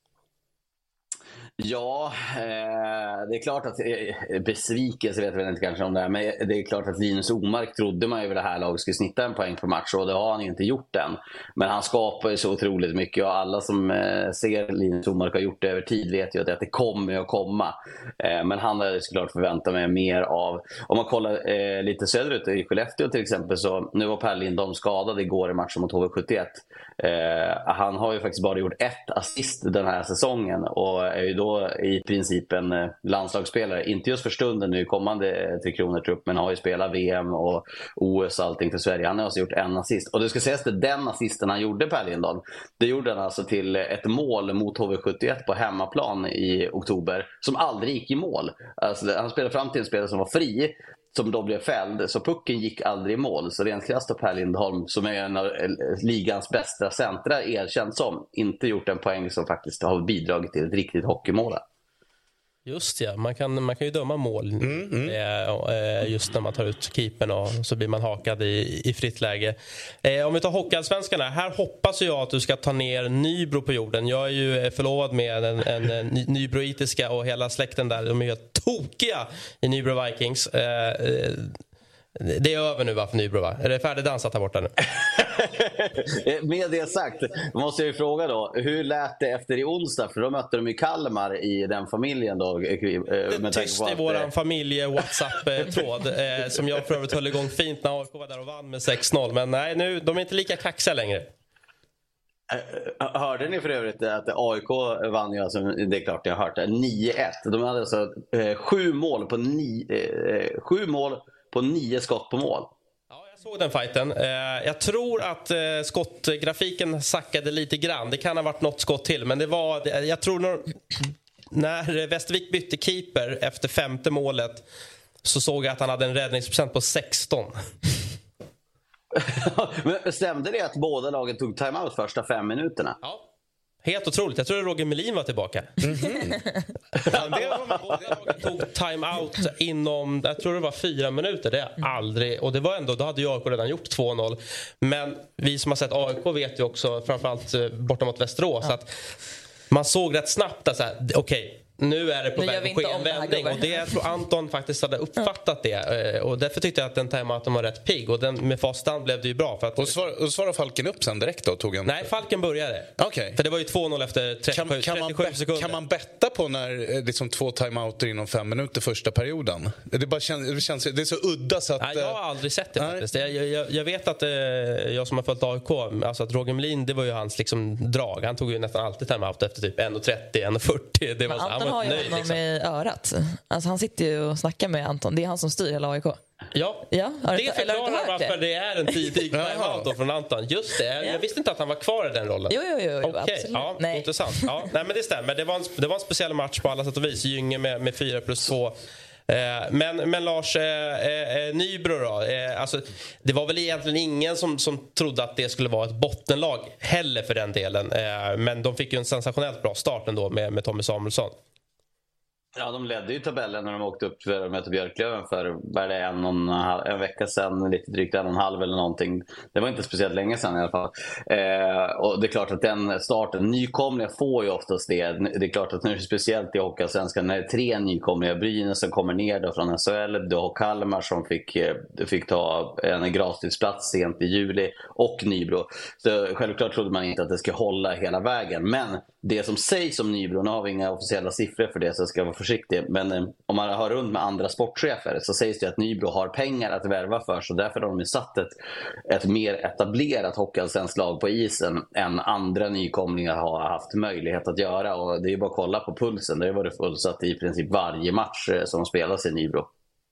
Ja, det är klart att besvikelse vet jag inte kanske om det här, men det är klart att Linus Omark trodde man ju vid det här laget skulle snitta en poäng per match och det har han inte gjort än. Men han skapar ju så otroligt mycket och alla som ser Linus Omark har gjort det över tid vet ju att det kommer att komma. Men han har såklart förväntat mig mer av. Om man kollar lite söderut i Skellefteå till exempel så nu var Per Lindholm skadad igår i matchen mot HV71. Han har ju faktiskt bara gjort 1 assist den här säsongen och är ju då i princip en landslagsspelare, inte just för stunden nu kommande Tre Kronor-trupp, men har ju spelat VM och OS och allting för Sverige. Han har alltså gjort 1 assist och det ska sägas att den assisten han gjorde Per Lindholm, det gjorde han alltså till ett mål mot HV71 på hemmaplan i oktober som aldrig gick i mål. Alltså, han spelade fram till en spelare som var fri som då blev fälld, så pucken gick aldrig i mål. Så rent krasst har Per Lindholm, som är en av ligans bästa centra erkänt som, inte gjort en poäng som faktiskt har bidragit till ett riktigt hockeymål. Just ja, man kan ju döma mål just när man tar ut keepern och så blir man hakad i fritt läge. Om vi tar Hockeyallsvenskan här hoppas jag att du ska ta ner Nybro på jorden. Jag är ju förlovad med en nybroitiska och hela släkten där. De är ju tokiga i Nybro Vikings. Det är över nu, va, för Nybro, va? Är det färdigdansat här borta nu? Med det sagt måste jag ju fråga då, hur lät det efter i onsdag? För då mötte de ju Kalmar i den familjen då. Det är tyst i våran familje-WhatsApp-tråd som jag för övrigt höll igång fint när AIK var där och vann med 6-0. Men nej, nu, de är inte lika kaxiga längre. Hörde ni för övrigt att AIK vann ju, alltså, det är klart jag har hört det, 9-1. De hade alltså 7 mål på 9 skott på mål. Ja, jag såg den fighten. Jag tror att skottgrafiken sackade lite grann. Det kan ha varit något skott till, men det var, jag tror när Västervik bytte keeper efter 5:e målet så såg jag att han hade en räddningsprocent på 16. Men stämde det att båda lagen tog timeout första 5 minuterna? Ja, helt otroligt. Jag tror att Roger Melin var tillbaka. Båda lagen tog timeout inom, jag tror det var 4 minuter. Det är aldrig, och det var ändå, då hade ju AIK redan gjort 2-0. Men vi som har sett AIK vet ju också, framförallt borta mot Västerås, att man såg rätt snabbt att okej, nu är det på väg att ske en vändning. Och det, jag tror Anton faktiskt hade uppfattat det. Och därför tyckte jag att den timeouten var rätt pigg. Och den, med fastan blev det ju bra. För att, och svarade Falken upp sen direkt då? Tog en... Nej, Falken började. Okay. För det var ju 2-0 efter 37 sekunder. Kan man betta på när liksom 2 timeouter inom 5 minuter första perioden? Det bara känns det är så udda så att... Nej, jag har aldrig sett det faktiskt. Jag vet att jag som har följt AIK, alltså att Roger Melin, det var ju hans liksom drag. Han tog ju nästan alltid timeout efter typ 1.30, 1.40. Det var så, Anton har ju honom liksom i örat. Alltså han sitter ju och snackar med Anton. Det är han som styr hela AIK. Ja, det förklarar varför det är en tidig timeout från Anton. Just det, jag visste inte att han var kvar i den rollen. Jo, okay. Ja, intressant. Ja, nej, men det stämmer. Det var en speciell match på alla sätt och vis. Gynge med 4+2. Men Lars, Nybro då, alltså, det var väl egentligen ingen som trodde att det skulle vara ett bottenlag heller för den delen. Men de fick ju en sensationellt bra start ändå med Tommy Samuelsson. Ja, de ledde ju tabellen när de åkte upp för att möta Björklöven för en vecka sedan, lite drygt 1,5 eller någonting. Det var inte speciellt länge sedan i alla fall. Och det är klart att den starten, nykomliga får ju oftast det. Det är klart att nu är det speciellt i Hockeyallsvenskan när det är 3 nykomliga, Brynäs som kommer ner då från SHL, du har Kalmar som fick ta en gratisplats sent i juli och Nybro. Så självklart trodde man inte att det skulle hålla hela vägen, men det som sägs om Nybro, nu har vi inga officiella siffror för det så jag ska vara försiktig, men om man hör runt med andra sportchefer så sägs det att Nybro har pengar att värva för, så därför har de ju satt ett mer etablerat hockeyallsvenskt lag på isen än andra nykomlingar har haft möjlighet att göra, och det är ju bara att kolla på pulsen, det har varit fullsatt i princip varje match som spelas i Nybro.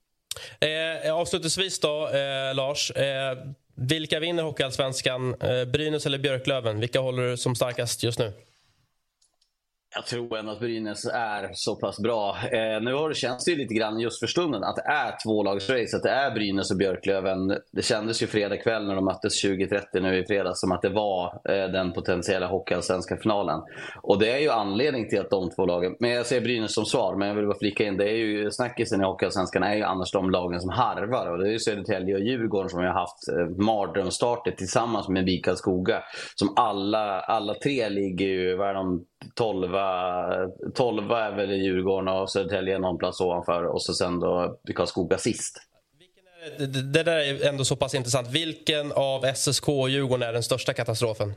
Avslutningsvis då, Lars, vilka vinner hockeyallsvenskan, Brynäs eller Björklöven? Vilka håller du som starkast just nu? Jag tror ändå att Brynäs är så pass bra. Nu känns det ju lite grann just för stunden att det är 2-lagsrace, att det är Brynäs och Björklöven. Det kändes ju fredag kväll när de möttes 20:30 nu i fredags som att det var den potentiella hockeyallsvenska finalen. Och det är ju anledning till att de 2 lagen, men jag säger Brynäs som svar, men jag vill bara flika in, det är ju snackisen i hockeyallsvenskan är ju annars de lagen som harvar, och det är ju Södertälje och Djurgården som har haft mardrömsstartet tillsammans med Vika Skoga, som alla 3 ligger ju, vad är de, 12 är väl i Djurgården och Södertälje någon plats ovanför, och så sen då Karlskoga sist. Det där är ändå så pass intressant. Vilken av SSK och Djurgården är den största katastrofen?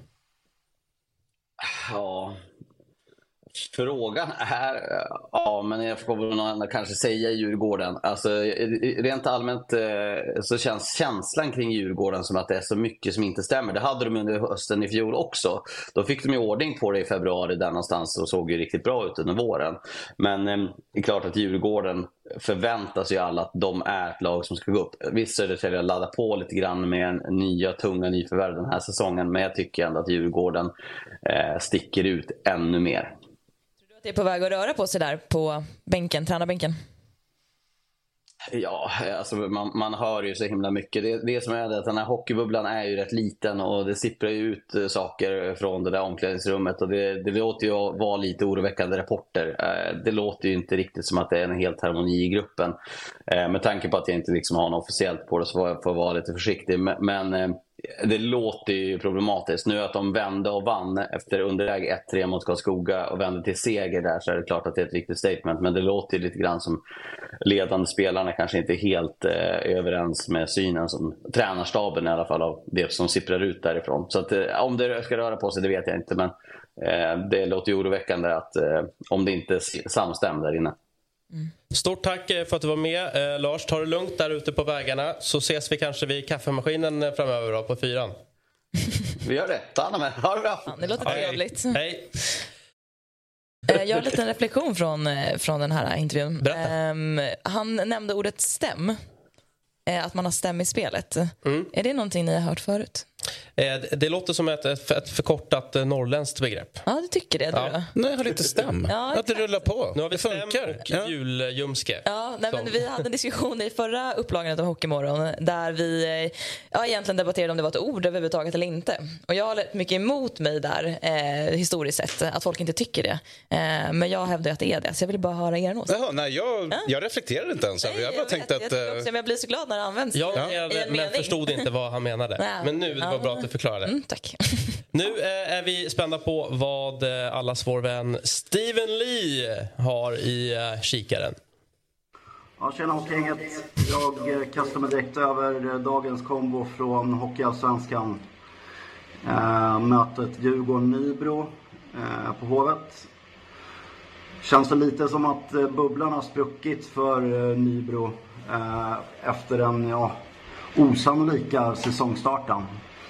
Ja, frågan är, men jag får väl kanske säga Djurgården. Alltså, rent allmänt så känns känslan kring Djurgården som att det är så mycket som inte stämmer. Det hade de under hösten i fjol också. Då fick de ju ordning på det i februari där någonstans och såg ju riktigt bra ut under våren. Men det är klart att Djurgården förväntas ju alla att de är ett lag som ska gå upp. Visst är det till att ladda på lite grann med nya tunga nyförvärv den här säsongen, men jag tycker ändå att Djurgården sticker ut ännu mer. Det är på väg att röra på sig där på bänken, tränarbänken. Ja, alltså man hör ju så himla mycket. Det som är det, att den här hockeybubblan är ju rätt liten och det sipprar ju ut saker från det där omklädningsrummet, och det låter ju vara lite oroväckande rapporter. Det låter ju inte riktigt som att det är en helt harmoni i gruppen. Med tanke på att jag inte liksom har något officiellt på det så får jag vara lite försiktig. Men det låter ju problematiskt. Nu att de vände och vann efter underläge 1-3 mot Karlskoga och vände till seger där, så är det klart att det är ett viktigt statement. Men det låter ju lite grann som ledande spelarna kanske inte är helt överens med synen som tränarstaben i alla fall av det som sipprar ut därifrån. Så att, om det ska röra på sig, det vet jag inte. Men det låter ju oroväckande att om det inte samstämmer där inne. Stort tack för att du var med, Lars. Ta det lugnt där ute på vägarna, så ses vi kanske vid kaffemaskinen framöver då, på 4. Vi gör det. Ta med. Ha det bra. Ja, det låter trevligt. Hej. Jag har en liten reflektion från den här intervjun. Han nämnde ordet stäm. Att man har stäm i spelet. Är det någonting ni har hört förut? Det låter som ett förkortat norrländskt begrepp. Ja, du tycker det. Ja. Nej, jag har lite stäm. Ja, att det rullar på. Nu har vi det funkar. stäm och juljumske. Ja, nej, men vi hade en diskussion i förra upplagan av Hockeymorgon där vi egentligen debatterade om det var ett ord överhuvudtaget eller inte. Och jag har lite mycket emot mig där historiskt sett, att folk inte tycker det. Men jag hävdar att det är det, så jag vill bara höra er åsikt. Jaha, nej, jag reflekterade inte ens. Nej, jag bara tänkte att... Men jag blir så glad när det används. Men förstod inte vad han menade. Nej. Men nu, det var bra att du förklarade. Tack. Nu är vi spända på vad allas vår vän Steven Lee har i kikaren. Ja, tjena hockeygänget. Jag kastar mig direkt över dagens kombo från Hockeyallsvenskan. Mötet Djurgården-Nybro på Hovet. Känns det lite som att bubblan har spruckit för Nybro efter den osannolika säsongstarten.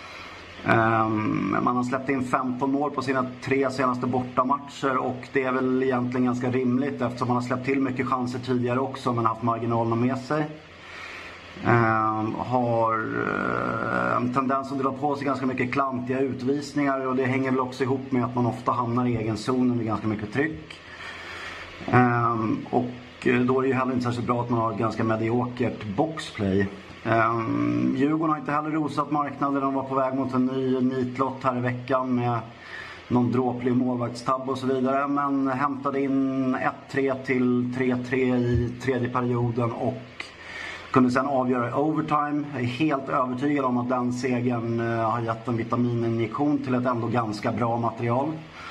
Man har släppt in 15 mål på sina 3 senaste bortamatcher, och det är väl egentligen ganska rimligt eftersom man har släppt till mycket chanser tidigare också men haft marginalerna med sig. Har en tendens att dra på sig ganska mycket klantiga utvisningar, och det hänger väl också ihop med att man ofta hamnar i egen zon med ganska mycket tryck. Och då är det ju heller inte särskilt bra att man har ett ganska mediokert boxplay. Djurgården har inte heller rosat marknaden. De var på väg mot en ny nitlott här i veckan med någon dråplig målvaktstabb och så vidare, men hämtade in 1-3 till 3-3 i tredje perioden och kunde sedan avgöra i overtime. Jag är helt övertygad om att den segern har gett en vitamininjektion till ett ändå ganska bra material.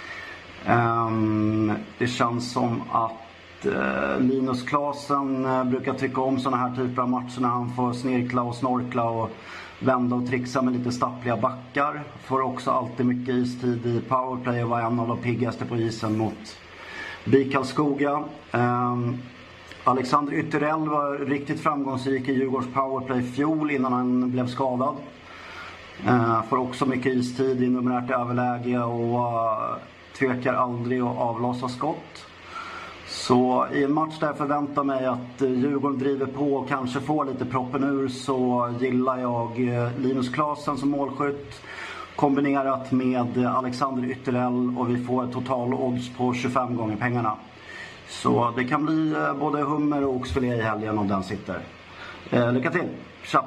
Det känns som att Linus Klasen brukar tycka om såna här typer av matcher när han får snirkla och snorkla och vända och trixa med lite stappliga backar. Får också alltid mycket istid i powerplay och var en av de piggaste på isen mot BIK Karlskoga. Alexander Ytterell var riktigt framgångsrik i Djurgårds powerplay fjol innan han blev skadad. Får också mycket istid i numerärt överläge och tvekar aldrig att avlossa skott. Så i en match där jag förväntar mig att Djurgården driver på och kanske får lite proppen ur, så gillar jag Linus Klasen som målskytt kombinerat med Alexander Ytterell, och vi får ett total odds på 25 gånger pengarna. Så det kan bli både hummer och oxfilé i helgen om den sitter. Lycka till! Tja!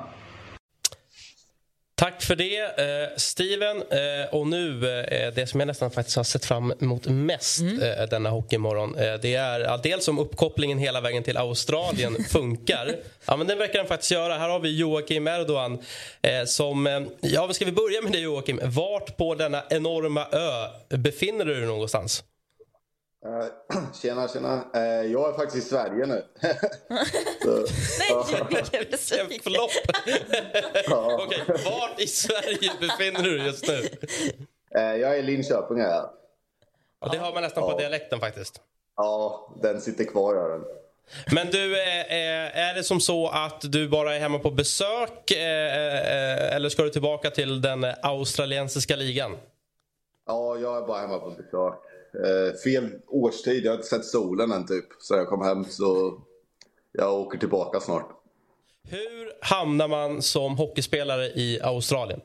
Tack för det, Steven. Och nu, det som jag nästan faktiskt har sett fram emot mest denna hockeymorgon, det är dels om uppkopplingen hela vägen till Australien funkar. Ja, men det verkar den faktiskt göra. Här har vi Joakim Erdogan som... Ja, vad ska vi börja med det, Joakim? Vart på denna enorma ö befinner du dig någonstans? Tjena. Jag är faktiskt i Sverige nu. Nej, vilken besviken. Flopp. Okej, vart i Sverige befinner du dig just nu? Jag är i Linköping här. Ja, det har man nästan på dialekten faktiskt. Ja, den sitter kvar gör den. Men du, är det som så att du bara är hemma på besök eller ska du tillbaka till den australiensiska ligan? Ja, jag är bara hemma på besök. Fel årstid, jag har inte sett solen än typ. Så jag kom hem, så jag åker tillbaka snart. Hur hamnar man som hockeyspelare i Australien?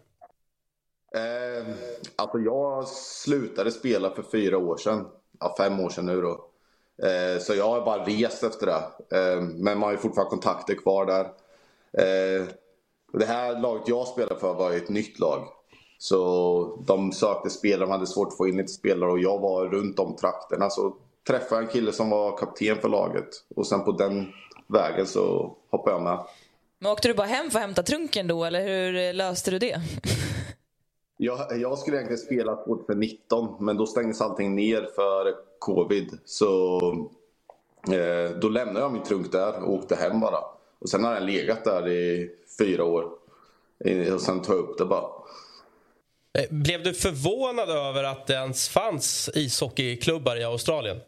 Alltså jag slutade spela för 4 år sedan. Ja, 5 år sedan nu då. Så jag har bara rest efter det. Men man har ju fortfarande kontakter kvar där. Det här laget jag spelade för var ju ett nytt lag. Så de sökte spelare, de hade svårt att få in lite spelare, och jag var runt om trakterna. Så träffade jag en kille som var kapten för laget, och sen på den vägen så hoppade jag med. Men åkte du bara hem för att hämta trunken då, eller hur löste du det? Jag skulle egentligen spela 2019, men då stängdes allting ner för covid. Så då lämnade jag min trunk där och åkte hem bara. Och sen har den legat där i 4 år. Och sen tog jag upp det bara. Blev du förvånad över att det ens fanns ishockeyklubbar i Australien?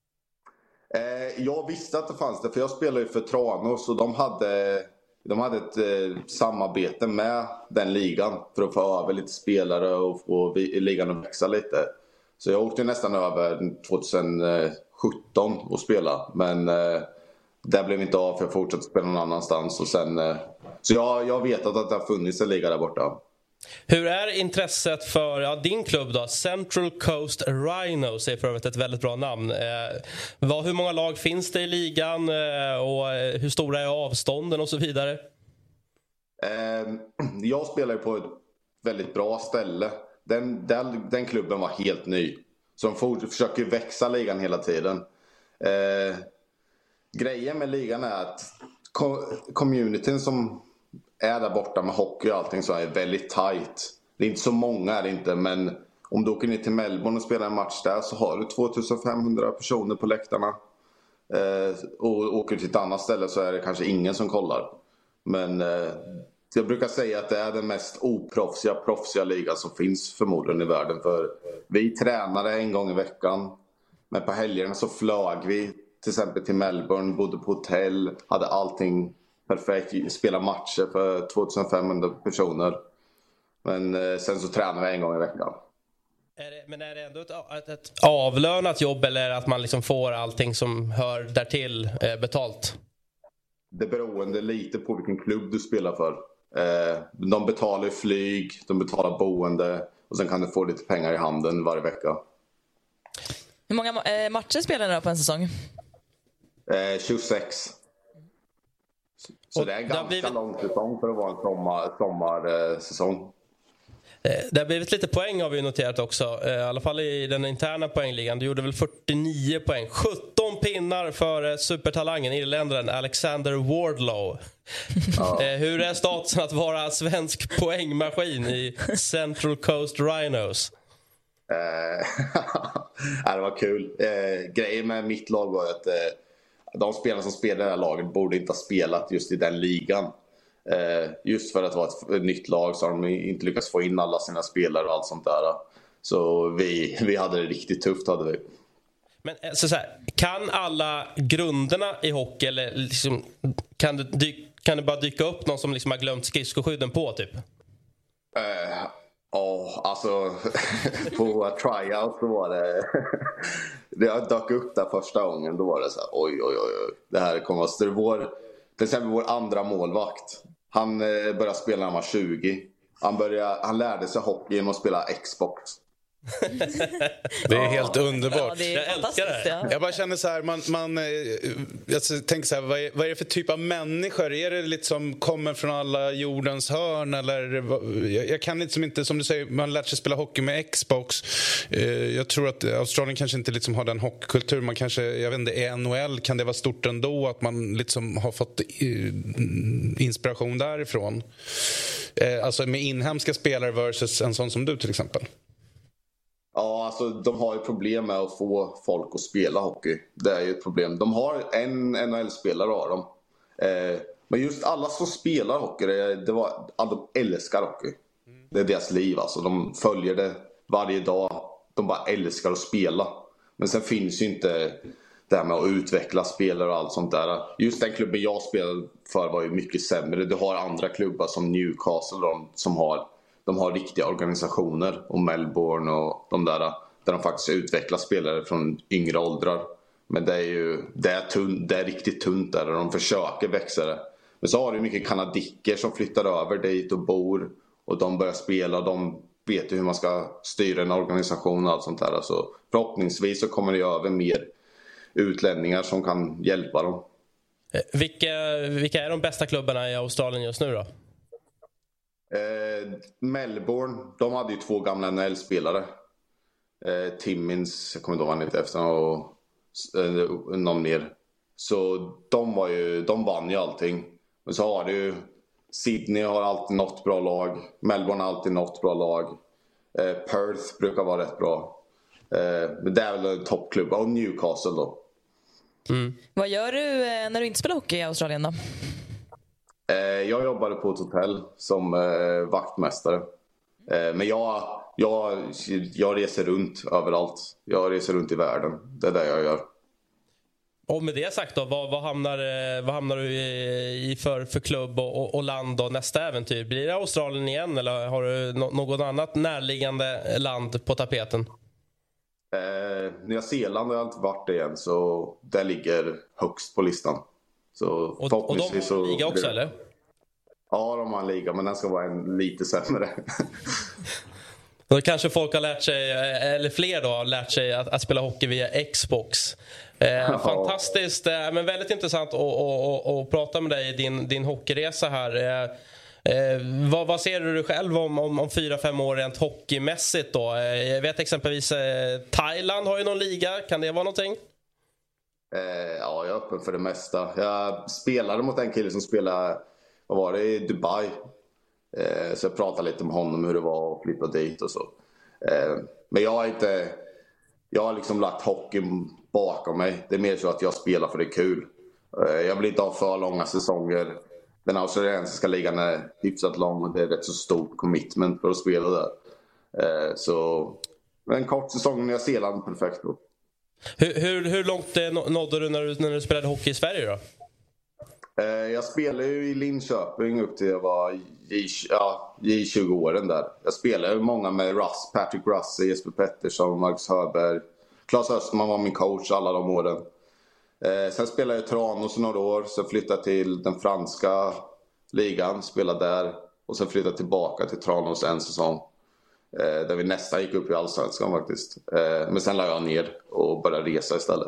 Jag visste att det fanns det, för jag spelade ju för Tranås och de hade ett samarbete med den ligan för att få över lite spelare och få ligan att växa lite. Så jag åkte nästan över 2017 och spela, men det blev inte av för jag fortsatte spela någon annanstans. Och sen, så jag vet att det har funnits en liga där borta. Hur är intresset för din klubb då? Central Coast Rhinos är för övrigt ett väldigt bra namn. Hur många lag finns det i ligan och hur stora är avstånden och så vidare? Jag spelar på ett väldigt bra ställe. Den klubben var helt ny. Så de försöker växa ligan hela tiden. Grejen med ligan är att communityn som är där borta med hockey och allting så är väldigt tight. Det är inte så många, är det inte, men om du åker ner till Melbourne och spelar en match där så har du 2500 personer på läktarna. Och åker till ett annat ställe så är det kanske ingen som kollar. Men jag brukar säga att det är den mest proffsiga ligan som finns förmodligen i världen. För vi tränade en gång i veckan, men på helgerna så flög vi till exempel till Melbourne, bodde på hotell, hade allting perfekt, spela matcher för 2500 personer. Men sen så tränar vi en gång i veckan. Men är det ändå ett avlönat jobb, eller att man liksom får allting som hör därtill betalt? Det beror lite på vilken klubb du spelar för. De betalar flyg, de betalar boende och sen kan du få lite pengar i handen varje vecka. Hur många matcher spelar ni då på en säsong? 26. Så det är en ganska lång säsong för att vara en sommarsäsong. Det har blivit lite poäng har vi noterat också. I alla fall i den interna poängligan. Du gjorde väl 49 poäng. 17 pinnar för supertalangen, irländaren Alexander Wardlow. Ja. Hur är statusen att vara svensk poängmaskin i Central Coast Rhinos? Det var kul. Grejen med mitt lag var att de spelarna som spelar i det här laget borde inte ha spelat just i den ligan. Just för att vara ett nytt lag så har de inte lyckats få in alla sina spelare och allt sånt där. Så vi hade det riktigt tufft, hade vi. Men så här, kan alla grunderna i hockey, eller liksom, kan det bara dyka upp någon som liksom har glömt skridskoskydden på typ? Alltså på tryout så var det jag dök upp där första gången, då var det så här, oj det här kommer att stå. Till exempel vår andra målvakt, han började spela när han var 20. Han lärde sig hockey genom att spela Xbox. Det är helt underbart. Ja, jag älskar det. Ja. Jag bara känner så här, jag tänker så här, vad är det för typ av människor? Är det lite som kommer från alla jordens hörn, eller jag kan liksom inte, som du säger, man lär sig spela hockey med Xbox. Jag tror att Australien kanske inte liksom har den hockeykultur. Man kanske, jag vet inte, i NHL kan det vara stort ändå att man liksom har fått inspiration därifrån. Alltså med inhemska spelare versus en sån som du till exempel. Ja, alltså de har ju problem med att få folk att spela hockey. Det är ju ett problem. De har en NHL-spelare av dem. Men just alla som spelar hockey, de älskar hockey. Det är deras liv alltså. De följer det varje dag. De bara älskar att spela. Men sen finns ju inte det här med att utveckla spelare och allt sånt där. Just den klubben jag spelade för var ju mycket sämre. Du har andra klubbar som Newcastle som de har riktiga organisationer, och Melbourne och de där de faktiskt utvecklar spelare från yngre åldrar. Men det är riktigt tunt där, och de försöker växa det. Men så har du mycket kanadiker som flyttar över dit och bor, och de börjar spela, och de vet hur man ska styra en organisation och allt sånt där. Så förhoppningsvis så kommer det över mer utlänningar som kan hjälpa dem. Vilka är de bästa klubbarna i Australien just nu då? Melbourne, de hade ju 2 gamla NHL-spelare. Timmins, jag kommer inte ihåg vad han heter efter, och någon mer. Så de vann ju allting. Men så har du Sydney har alltid något bra lag. Melbourne har alltid något bra lag. Perth brukar vara rätt bra. Men det är väl en toppklubb. Och Newcastle då. Vad gör du när du inte spelar hockey i Australien då? Jag jobbade på ett hotell som vaktmästare. Men jag reser runt överallt. Jag reser runt i världen. Det är det jag gör. Och med det sagt då, vad hamnar du i för klubb och land och nästa äventyr? Blir det Australien igen eller har du något annat närliggande land på tapeten? Nya Zeeland har jag inte varit igen, så det ligger högst på listan. Så och de har en liga också eller? Ja, de har en liga, men den ska vara lite sämre. Då kanske folk har lärt sig, eller fler då har lärt sig att spela hockey via Xbox. Fantastiskt, men väldigt intressant att prata med dig i din hockeyresa här. Vad ser du själv om 4-5 år rent hockeymässigt då? Jag vet exempelvis Thailand har ju någon liga, kan det vara någonting? Ja, jag är öppen för det mesta. Jag spelade mot en kille som spelade, vad var det, i Dubai. Så jag pratade lite med honom hur det var att flytta dit och så. Men jag har liksom lagt hockeyn bakom mig. Det är mer så att jag spelar för det är kul. Jag vill inte ha för långa säsonger. Den australiensiska ligan är hyfsat lång och det är rätt så stort commitment för att spela där. Så en kort säsong när jag Zeeland perfekt då. Hur långt nådde du när du spelade hockey i Sverige då? Jag spelade ju i Linköping upp till jag var i 20-åren där. Jag spelade många med Patrick Russ, Jesper Pettersson, Marcus Hörberg. Claes Östman var min coach alla de åren. Sen spelade jag i Tranås några år. Sen flyttade jag till den franska ligan, spelade där. Och sen flyttade jag tillbaka till Tranås en säsong. Där vi nästan gick upp i Allsvenskan faktiskt. Men sen la jag ner och började resa istället.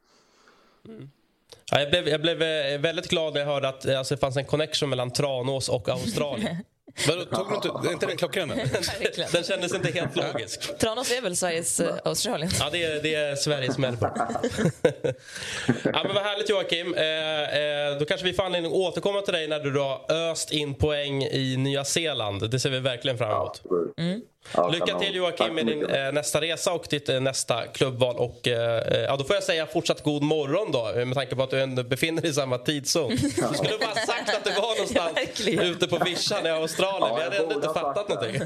Ja, jag blev väldigt glad när jag hörde att det fanns en connection mellan Tranås och Australien. Är inte den klockan? Den kändes inte helt logisk. Tranås är väl Sveriges Australien? Ja, det är Sveriges Melbourne. Ja, men vad härligt Joakim. Då kanske vi får anledning att återkomma till dig när du har öst in poäng i Nya Zeeland. Det ser vi verkligen fram emot. Lycka till Joakim med din nästa resa och ditt nästa klubbval. Och då får jag säga fortsatt god morgon då, med tanke på att du ändå befinner dig i samma tidszon. Du skulle bara sagt att det var någonstans ute på vischan i Australien. Vi hade ändå inte fattat någonting.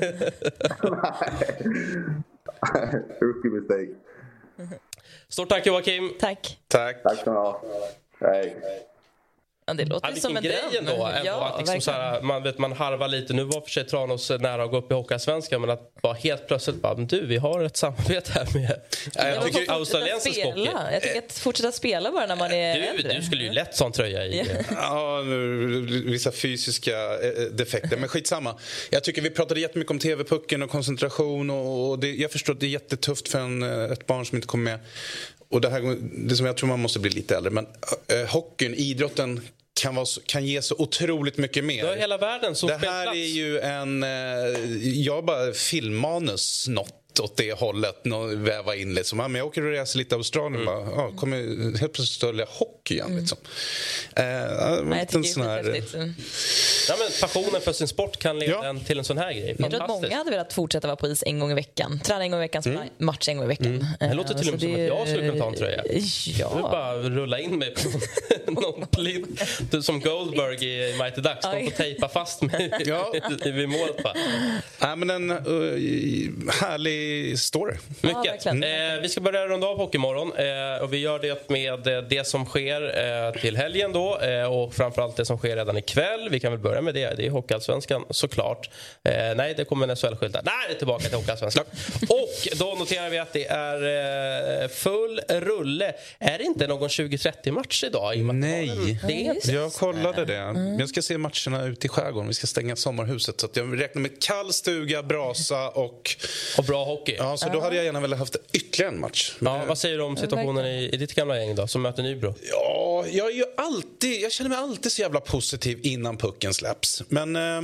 Rookie mistake. Stort tack Joakim. Tack. Tack ska ni ha. Hej. Ja, det låter som en dröm. Ändå, ja, att liksom man harvar lite. Nu var för sig Tranås nära att gå upp i Hockeyallsvenskan, men att bara helt plötsligt bara, du, vi har ett samarbete här med jag tycker australiensisk hockey. Jag tycker att fortsätta spela bara när man är äldre. Du skulle ju lätt sån tröja i. Ja, vissa fysiska defekter, men skitsamma. Jag tycker vi pratade jättemycket om TV-pucken och koncentration och jag förstår att det är jättetufft för ett barn som inte kommer med. Och det som jag tror man måste bli lite äldre, men hockeyn, idrotten kan ge så otroligt mycket mer. Det är hela världen som det här är ju jag bara filmmanus något åt det hållet, väva in lite som men jag åker och reser lite i Australien kommer helt plötsligt större hockey igen liksom. Jag tycker det är häftigt. Ja, men passionen för sin sport kan leda till en sån här grej. Jag tror att många hade velat fortsätta vara på is en gång i veckan. Träna en gång i veckan, match en gång i veckan. Det låter till och med som att jag skulle kunna ta en tröja. Ja. Jag vill bara rulla in mig på någon plint. Du som Goldberg i Mighty Ducks. De får tejpa fast mig vid målet. Ja, men en härlig story. Mycket. Vi ska börja runda av Hockeymorgon. Och vi gör det med det som sker till helgen då. Och framförallt det som sker redan ikväll. Vi kan väl börja med det. Det är Hockeyallsvenskan såklart. Nej, det kommer en SHL-skylt. Nej, det är tillbaka till Hockeyallsvenskan. Och då noterar vi att det är full rulle. Är det inte någon 20-30 match idag? Nej, jag kollade det. Mm. Jag ska se matcherna ute i skärgården. Vi ska stänga sommarhuset. Så att jag räknar med kall stuga, brasa och bra hockey. Ja, så då hade jag gärna velat haft ytterligare en match. Ja, vad säger du om situationen i ditt gamla gäng då, som möter Nybro? Ja, jag känner mig alltid så jävla positiv innan pucken släpps. Men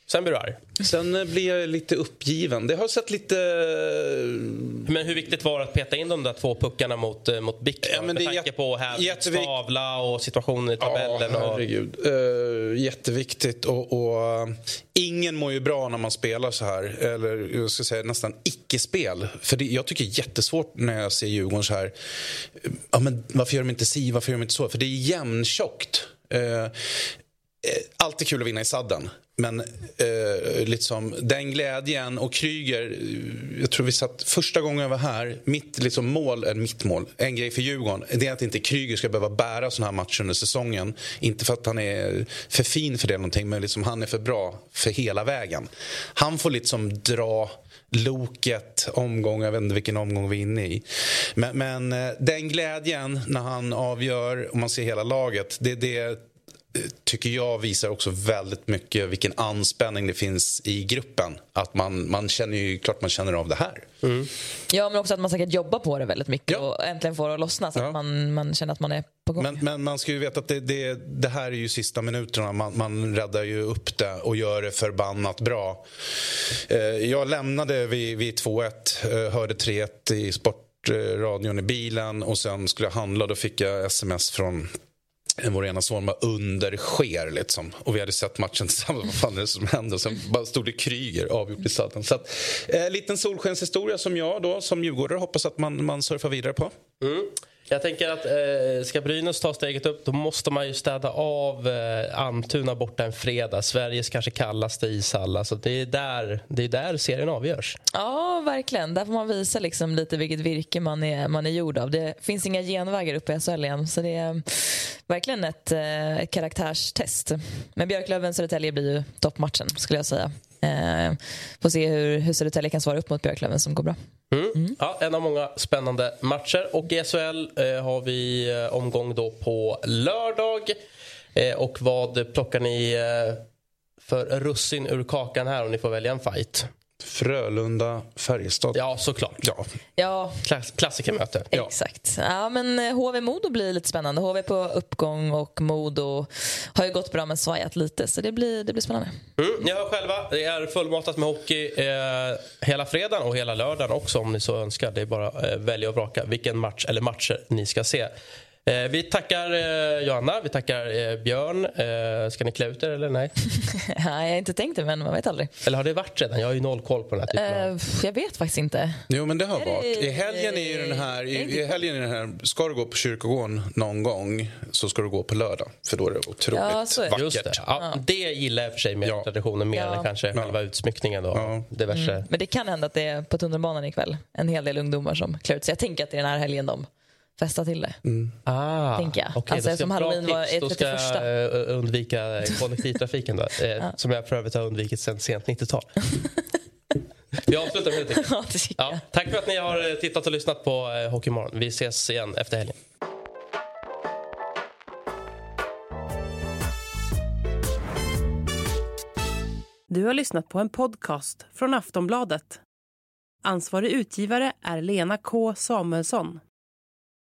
Sen blir du arg. Sen blir jag lite uppgiven. Det har sett lite... Men hur viktigt var det att peta in de där 2 puckarna mot BIK? Ja, men med tanke på här stavla och situationen i tabellen. Ja, herregud. Jätteviktigt. Och ingen mår ju bra när man spelar så här. Eller jag ska säga nästan icke-spel. För jag tycker det är jättesvårt när jag ser Djurgården så här. Ja, men varför gör de inte si? Varför gör de inte så? För det är jämntjockt. Alltid kul att vinna i sadden. Men liksom, den glädjen och Kryger, jag tror vi satt första gången jag var här, mitt mål, en grej för Djurgården, det är att inte Kryger ska behöva bära sån här match under säsongen. Inte för att han är för fin för det någonting, men liksom han är för bra för hela vägen. Han får liksom dra loket omgång, jag vet inte vilken omgång vi är inne i. Men den glädjen när han avgör, om man ser hela laget, det tycker jag visar också väldigt mycket vilken anspänning det finns i gruppen. Att man känner ju, klart man känner av det här. Mm. Ja, men också att man säkert jobbar på det väldigt mycket och äntligen får det att lossna så att man känner att man är på gång. Men man ska ju veta att det här är ju sista minuterna. Man räddar ju upp det och gör det förbannat bra. Jag lämnade vid 2-1, hörde 3-1 i sportradion i bilen och sen skulle jag handla och då fick jag sms från vår ena son var undersker liksom. Och vi hade sett matchen tillsammans. Vad fan är det som hände? Och sen bara stod det Kryger avgjort i staden. Så att, liten solskenshistoria som jag då som djurgårdare hoppas att man surfar vidare på. Mm. Jag tänker att ska Brynäs ta steget upp, då måste man ju städa av Almtuna borta en fredag. Sveriges kanske kallaste ishall. Alltså det är där serien avgörs. Ja, verkligen. Där får man visa liksom lite vilket virke man är gjord av. Det finns inga genvägar uppe i SHL igen, så det är verkligen ett karaktärstest. Men Björklöven-Södertälje blir ju toppmatchen, skulle jag säga. Får se hur Södertälje kan svara upp mot Björklöven som går bra. Ja, en av många spännande matcher. Och i SHL har vi omgång då på lördag. Och vad plockar ni för russin ur kakan här om ni får välja en fight? Frölunda, Färjestad. Ja, såklart. Ja. Klassikermöte. Exakt. Ja, men HV-Modo blir lite spännande. HV på uppgång och Modo har ju gått bra men svajat lite, så det blir spännande. Ni hör själva, det är fullmatat med hockey hela fredagen och hela lördagen också om ni så önskar. Det är bara välja och vraka vilken match eller matcher ni ska se. Vi tackar Johanna, vi tackar Björn. Ska ni klä ut er eller nej? Nej, jag har inte tänkt det, men man vet aldrig. Eller har det varit redan? Jag har ju noll koll på den här typen Jag vet faktiskt inte. Jo, men det har varit. I helgen är ju den här, ska du gå på kyrkogården någon gång så ska du gå på lördag. För då är det otroligt vackert. Just det. Ja, det gillar jag för sig med traditionen mer än kanske själva utsmyckningen då. Diverse. Men det kan hända att det är på tunnelbanan ikväll en hel del ungdomar som klär ut sig. Jag tänker att det är den här helgen de festa till det. Tänker jag. Okay, alltså som Halloween var 31. Då ska jag undvika kollektivtrafiken då, som jag för övrigt har undvikit sedan sent 90-tal. Vi avslutar med det. Tack för att ni har tittat och lyssnat på Hockeymorgon. Vi ses igen efter helgen. Du har lyssnat på en podcast från Aftonbladet. Ansvarig utgivare är Lena K. Samuelsson.